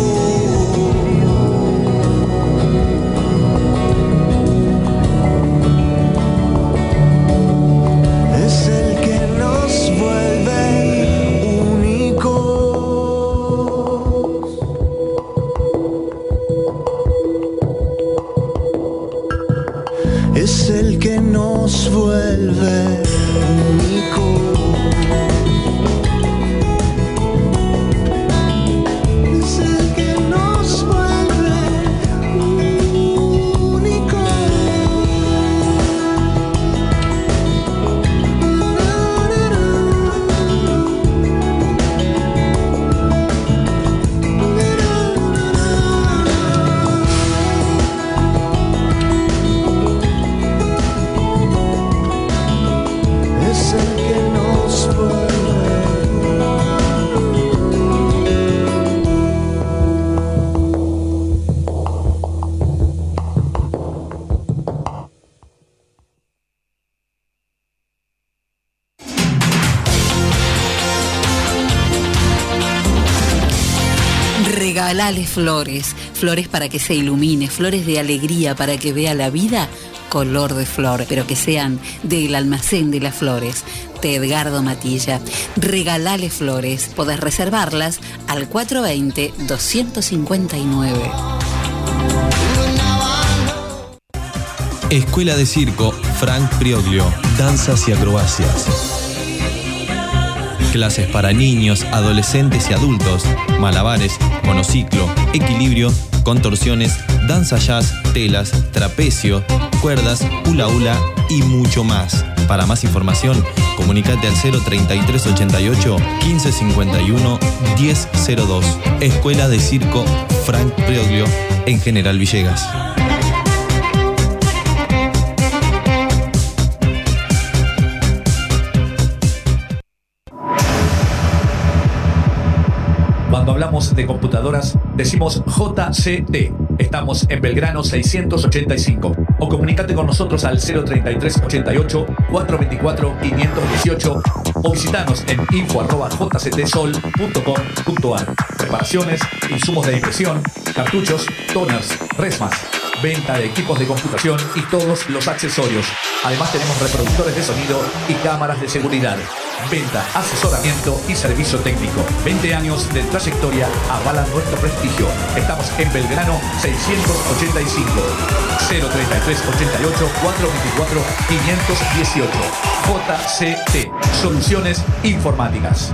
Es el que nos vuelve únicos. Es el que nos vuelve únicos. Es el que nos vuelve únicos. Es el que nos vuelve. Regalale flores, flores para que se ilumine, flores de alegría para que vea la vida color de flor, pero que sean del almacén de las flores, de Edgardo Matilla. Regalale flores, podés reservarlas al cuatro veinte, doscientos cincuenta y nueve. Escuela de Circo Frank Prioglio, danzas y acrobacias. Clases para niños, adolescentes y adultos, malabares, monociclo, equilibrio, contorsiones, danza jazz, telas, trapecio, cuerdas, hula hula y mucho más. Para más información, comunicate al cero treinta y tres ochenta y ocho, quince cincuenta y uno, diez cero dos. Escuela de Circo Frank Prioglio en General Villegas. Cuando hablamos de computadoras, decimos J C T. Estamos en Belgrano seiscientos ochenta y cinco. O comunícate con nosotros al cero treinta y tres ochenta y ocho, cuatrocientos veinticuatro, quinientos dieciocho o visitanos en info arroba j c t sol punto com punto a r. Reparaciones, insumos de impresión, cartuchos, toners, resmas, venta de equipos de computación y todos los accesorios. Además tenemos reproductores de sonido y cámaras de seguridad. Venta, asesoramiento y servicio técnico. veinte años de trayectoria avalan nuestro prestigio. Estamos en Belgrano seiscientos ochenta y cinco. cero treinta y tres ochenta y ocho, cuatrocientos veinticuatro, quinientos dieciocho. J C T, Soluciones Informáticas.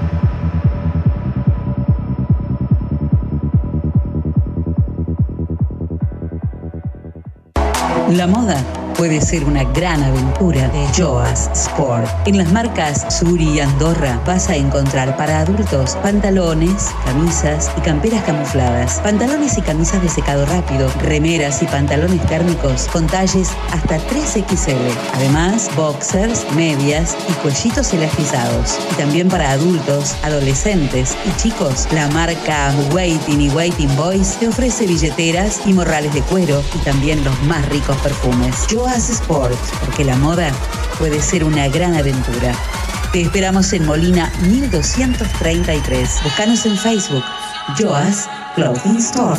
La moda puede ser una gran aventura de Joas Sport. En las marcas Suri y Andorra vas a encontrar para adultos pantalones, camisas y camperas camufladas, pantalones y camisas de secado rápido, remeras y pantalones térmicos con talles hasta tres equis ele. Además, boxers, medias y cuellitos elastizados. Y también para adultos, adolescentes y chicos, la marca Waiting y Waiting Boys te ofrece billeteras y morrales de cuero y también los más ricos perfumes. Joas Sport, porque la moda puede ser una gran aventura. Te esperamos en Molina mil doscientos treinta y tres. Búscanos en Facebook, Joas Clothing Store.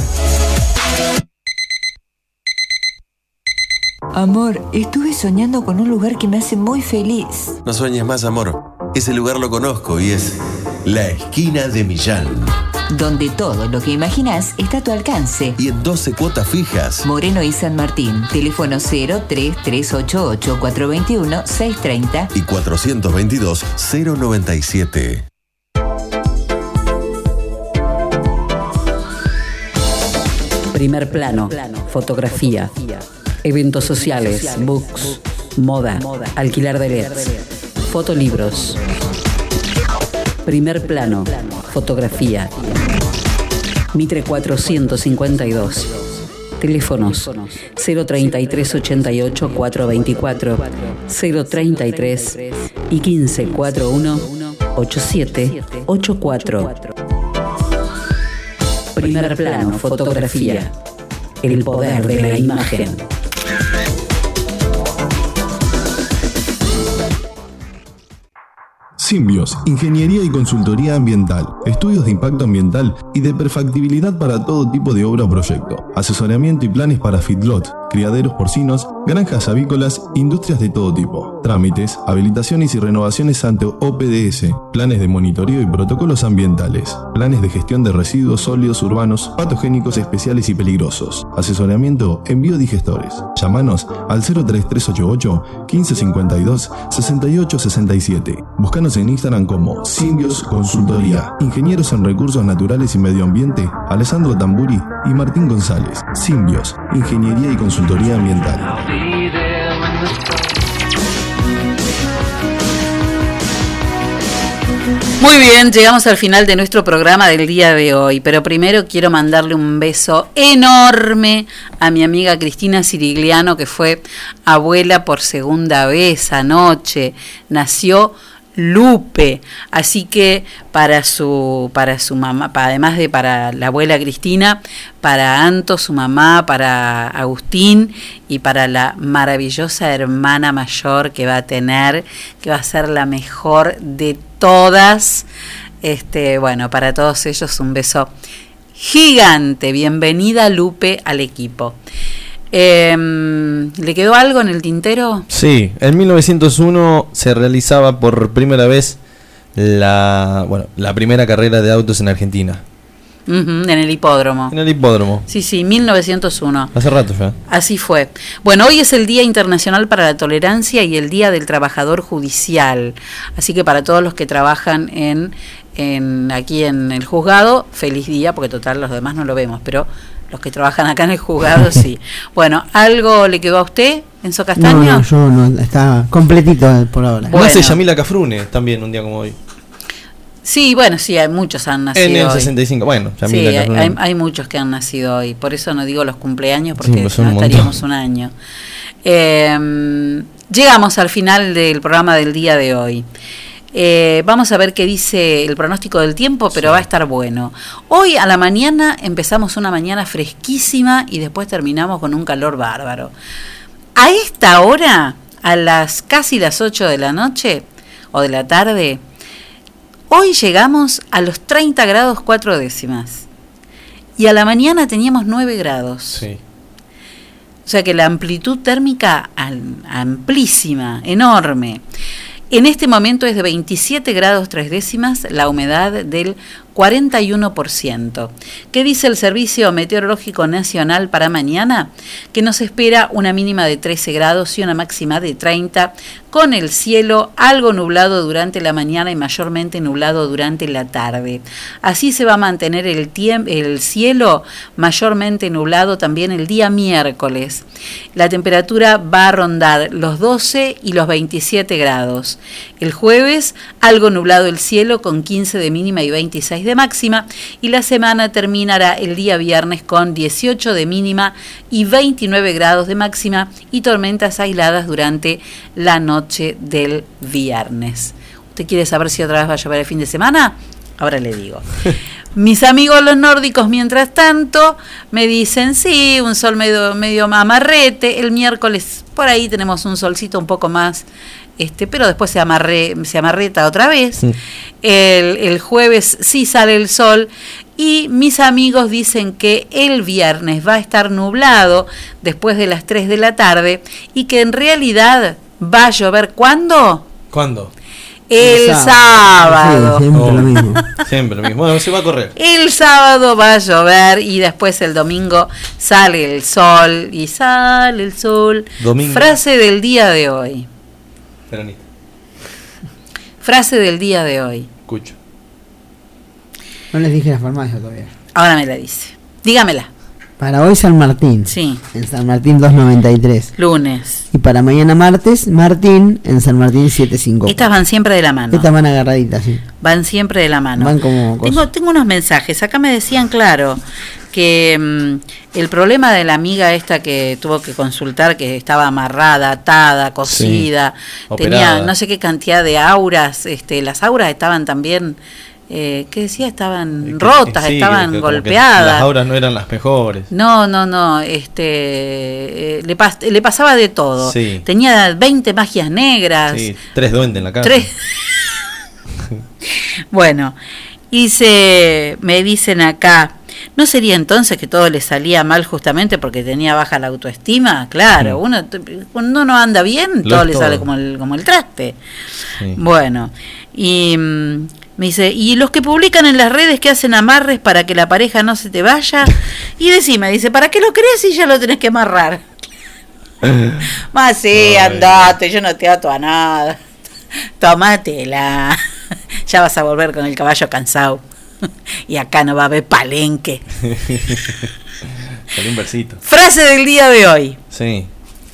Amor, estuve soñando con un lugar que me hace muy feliz. No sueñes más, amor. Ese lugar lo conozco y es la esquina de Millán. Donde todo lo que imaginás está a tu alcance. Y en doce cuotas fijas. Moreno y San Martín. Teléfono cero tres tres ocho ocho, cuatro dos uno, seis tres cero. Y cuatrocientos veintidós, cero noventa y siete. Primer plano, fotografía, eventos sociales, books, moda, alquilar de L E Ds, fotolibros. Primer plano, fotografía. Mitre cuatrocientos cincuenta y dos. Teléfonos cero treinta y tres ochenta y ocho, cuatrocientos veinticuatro, cero treinta y tres y quince cuarenta y uno ochenta y siete ochenta y cuatro. Primer plano, fotografía. El poder de la imagen. Simbios, ingeniería y consultoría ambiental, estudios de impacto ambiental y de perfectibilidad para todo tipo de obra o proyecto, asesoramiento y planes para feedlot, criaderos porcinos, granjas avícolas, industrias de todo tipo, trámites, habilitaciones y renovaciones ante O P D S, planes de monitoreo y protocolos ambientales, planes de gestión de residuos sólidos urbanos, patogénicos especiales y peligrosos, asesoramiento en biodigestores. Llámanos al cero tres tres ocho ocho, quince cincuenta y dos, sesenta y ocho sesenta y siete. Búscanos en Instagram como Simbios Consultoría. Ingenieros en Recursos Naturales y Medio Ambiente, Alessandro Tamburi y Martín González. Simbios, Ingeniería y Consultoría Ambiental. Muy bien, llegamos al final de nuestro programa del día de hoy, pero primero quiero mandarle un beso enorme a mi amiga Cristina Cirigliano, que fue abuela por segunda vez anoche. Nació Lupe, así que para su para su mamá, para, además de para la abuela Cristina, para Anto, su mamá, para Agustín y para la maravillosa hermana mayor que va a tener, que va a ser la mejor de todas. Este, bueno, para todos ellos un beso gigante. Bienvenida, Lupe, al equipo. Eh, ¿Le quedó algo en el tintero? Sí, en mil novecientos uno se realizaba por primera vez la, bueno, la primera carrera de autos en Argentina. Uh-huh, en el hipódromo. En el hipódromo. Sí, sí, mil novecientos uno. Hace rato ya. Así fue. Bueno, hoy es el Día Internacional para la Tolerancia y el Día del Trabajador Judicial. Así que para todos los que trabajan en, en aquí en el juzgado, feliz día, porque total los demás no lo vemos, pero los que trabajan acá en el juzgado sí. Bueno, ¿algo le quedó a usted, Enzo Castaño? No, no, yo no, está completito por ahora. Bueno. Nace Yamila Cafrune también un día como hoy. Sí, bueno, sí, hay muchos han nacido en el hoy. sesenta y cinco, bueno, Yamila sí, Cafrune. Hay, hay muchos que han nacido hoy, por eso no digo los cumpleaños, porque sí, pues si no un estaríamos un año. Eh, llegamos al final del programa del día de hoy. Eh, vamos a ver qué dice el pronóstico del tiempo, pero sí, va a estar bueno. Hoy a la mañana empezamos una mañana fresquísima y después terminamos con un calor bárbaro. A esta hora, a las casi las ocho de la noche o de la tarde, hoy llegamos a los treinta grados cuatro décimas y a la mañana teníamos nueve grados. Sí. O sea que la amplitud térmica amplísima, enorme. En este momento es de veintisiete grados tres décimas, la humedad del cuarenta y uno por ciento. ¿Qué dice el Servicio Meteorológico Nacional para mañana? Que nos espera una mínima de trece grados y una máxima de treinta, con el cielo algo nublado durante la mañana y mayormente nublado durante la tarde. Así se va a mantener el, tiemp- el cielo mayormente nublado también el día miércoles. La temperatura va a rondar los doce y los veintisiete grados. El jueves, algo nublado el cielo con quince de mínima y veintiséis de máxima, y la semana terminará el día viernes con dieciocho de mínima y veintinueve grados de máxima y tormentas aisladas durante la noche del viernes. ¿Usted quiere saber si otra vez va a llover el fin de semana? Ahora le digo. Mis amigos los nórdicos, mientras tanto, me dicen, sí, un sol medio, medio amarrete. El miércoles por ahí tenemos un solcito un poco más, este, pero después se, amarre, se amarreta otra vez. Sí. El, el jueves sí sale el sol. Y mis amigos dicen que el viernes va a estar nublado después de las tres de la tarde y que en realidad va a llover, ¿cuándo? ¿Cuándo? El, el sábado. sábado. Sí, siempre oh, lo mismo. Siempre lo mismo. Bueno, se va a correr. El sábado va a llover y después el domingo sale el sol y sale el sol. Domingo. Frase del día de hoy. Peronista. Frase del día de hoy. Escucho. No les dije la farmacia todavía. Ahora me la dice. Dígamela. Para hoy San Martín. Sí. En San Martín doscientos noventa y tres. Lunes. Y para mañana martes, Martín en San Martín setecientos cincuenta. Estas van siempre de la mano. Estas van agarraditas, sí. Van siempre de la mano. Van como tengo, tengo unos mensajes. Acá me decían, claro, que mm, el problema de la amiga esta que tuvo que consultar, que estaba amarrada, atada, cosida, Sí, tenía operada. no sé qué cantidad de auras, este, las auras estaban también, eh, ¿qué decía? Estaban rotas, Sí, estaban que como que golpeadas. las auras no eran las mejores. No, no, no, este, eh, le, pas- le pasaba de todo. Sí. Tenía veinte magias negras. Sí, tres duendes en la casa. Tres. Bueno, y se, me dicen acá, ¿no sería entonces que todo le salía mal justamente porque tenía baja la autoestima? Claro, Mm. uno cuando uno anda bien, Lo todo es le todo. sale como el, como el traste. Sí. Bueno, y mm, me dice, ¿y los que publican en las redes que hacen amarres para que la pareja no se te vaya? Y decime, dice, ¿para qué lo crees si ya lo tenés que amarrar? Más sí, andate, yo no te ato a nada. Tómatela. Ya vas a volver con el caballo cansado. Y acá no va a haber palenque. Salió un versito. Frase del día de hoy. Sí.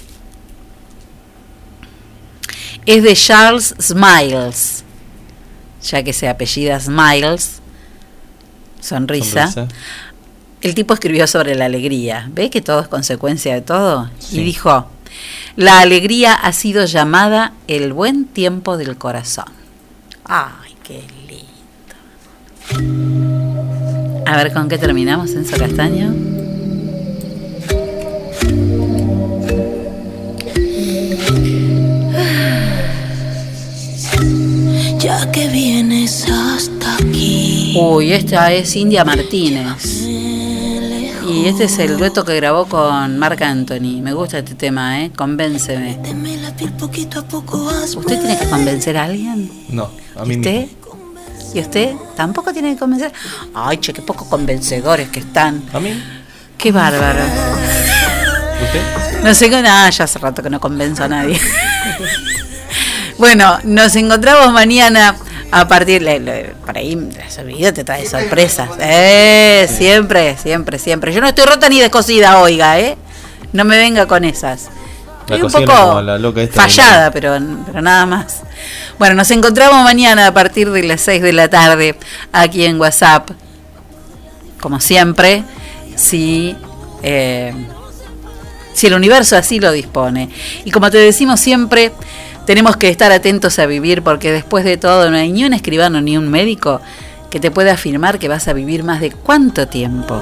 Es de Charles Smiles. Ya que se apellida Smiles. Sonrisa. Sonrisa. El tipo escribió sobre la alegría. ¿Ve que todo es consecuencia de todo? Sí. Y dijo, la alegría ha sido llamada el buen tiempo del corazón. Ay, qué lindo. A ver con qué terminamos, Enzo Castaño. Ya que vienes hasta aquí. Uy, esta es India Martínez. Y este es el dueto que grabó con Marc Anthony. Me gusta este tema, ¿eh? Convénceme. Poquito a poco vas. ¿Usted tiene que convencer a alguien? No, a mí ¿Y usted? mismo. ¿Y usted? ¿Tampoco tiene que convencer? Ay, che, qué pocos convencedores que están. ¿A mí? Qué bárbaro. ¿Usted? No sé, nada, ya hace rato que no convenzo a nadie. Bueno, nos encontramos mañana a partir de... le- Por ahí, ese video te trae sorpresas. Eh, siempre, siempre, siempre. Yo no estoy rota ni descosida, oiga, ¿eh? No me venga con esas. La Estoy un cocina poco como la loca esta de- fallada, pero, pero nada más. Bueno, nos encontramos mañana a partir de las seis de la tarde aquí en WhatsApp. Como siempre, si, eh, si el universo así lo dispone. Y como te decimos siempre, tenemos que estar atentos a vivir, porque después de todo no hay ni un escribano ni un médico que te pueda afirmar que vas a vivir más de cuánto tiempo.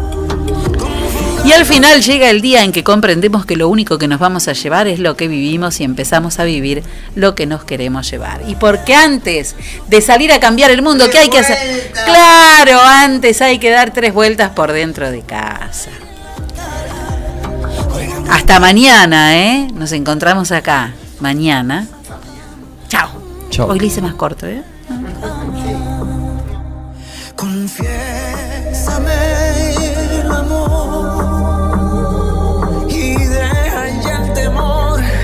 Y al final llega el día en que comprendemos que lo único que nos vamos a llevar es lo que vivimos y empezamos a vivir lo que nos queremos llevar. Y porque antes de salir a cambiar el mundo, ¿qué hay que hacer? Claro, antes hay que dar tres vueltas por dentro de casa. Hasta mañana, ¿eh? Nos encontramos acá. Mañana. Chao. Chao. Hoy lo hice más corto, ¿eh? Confieso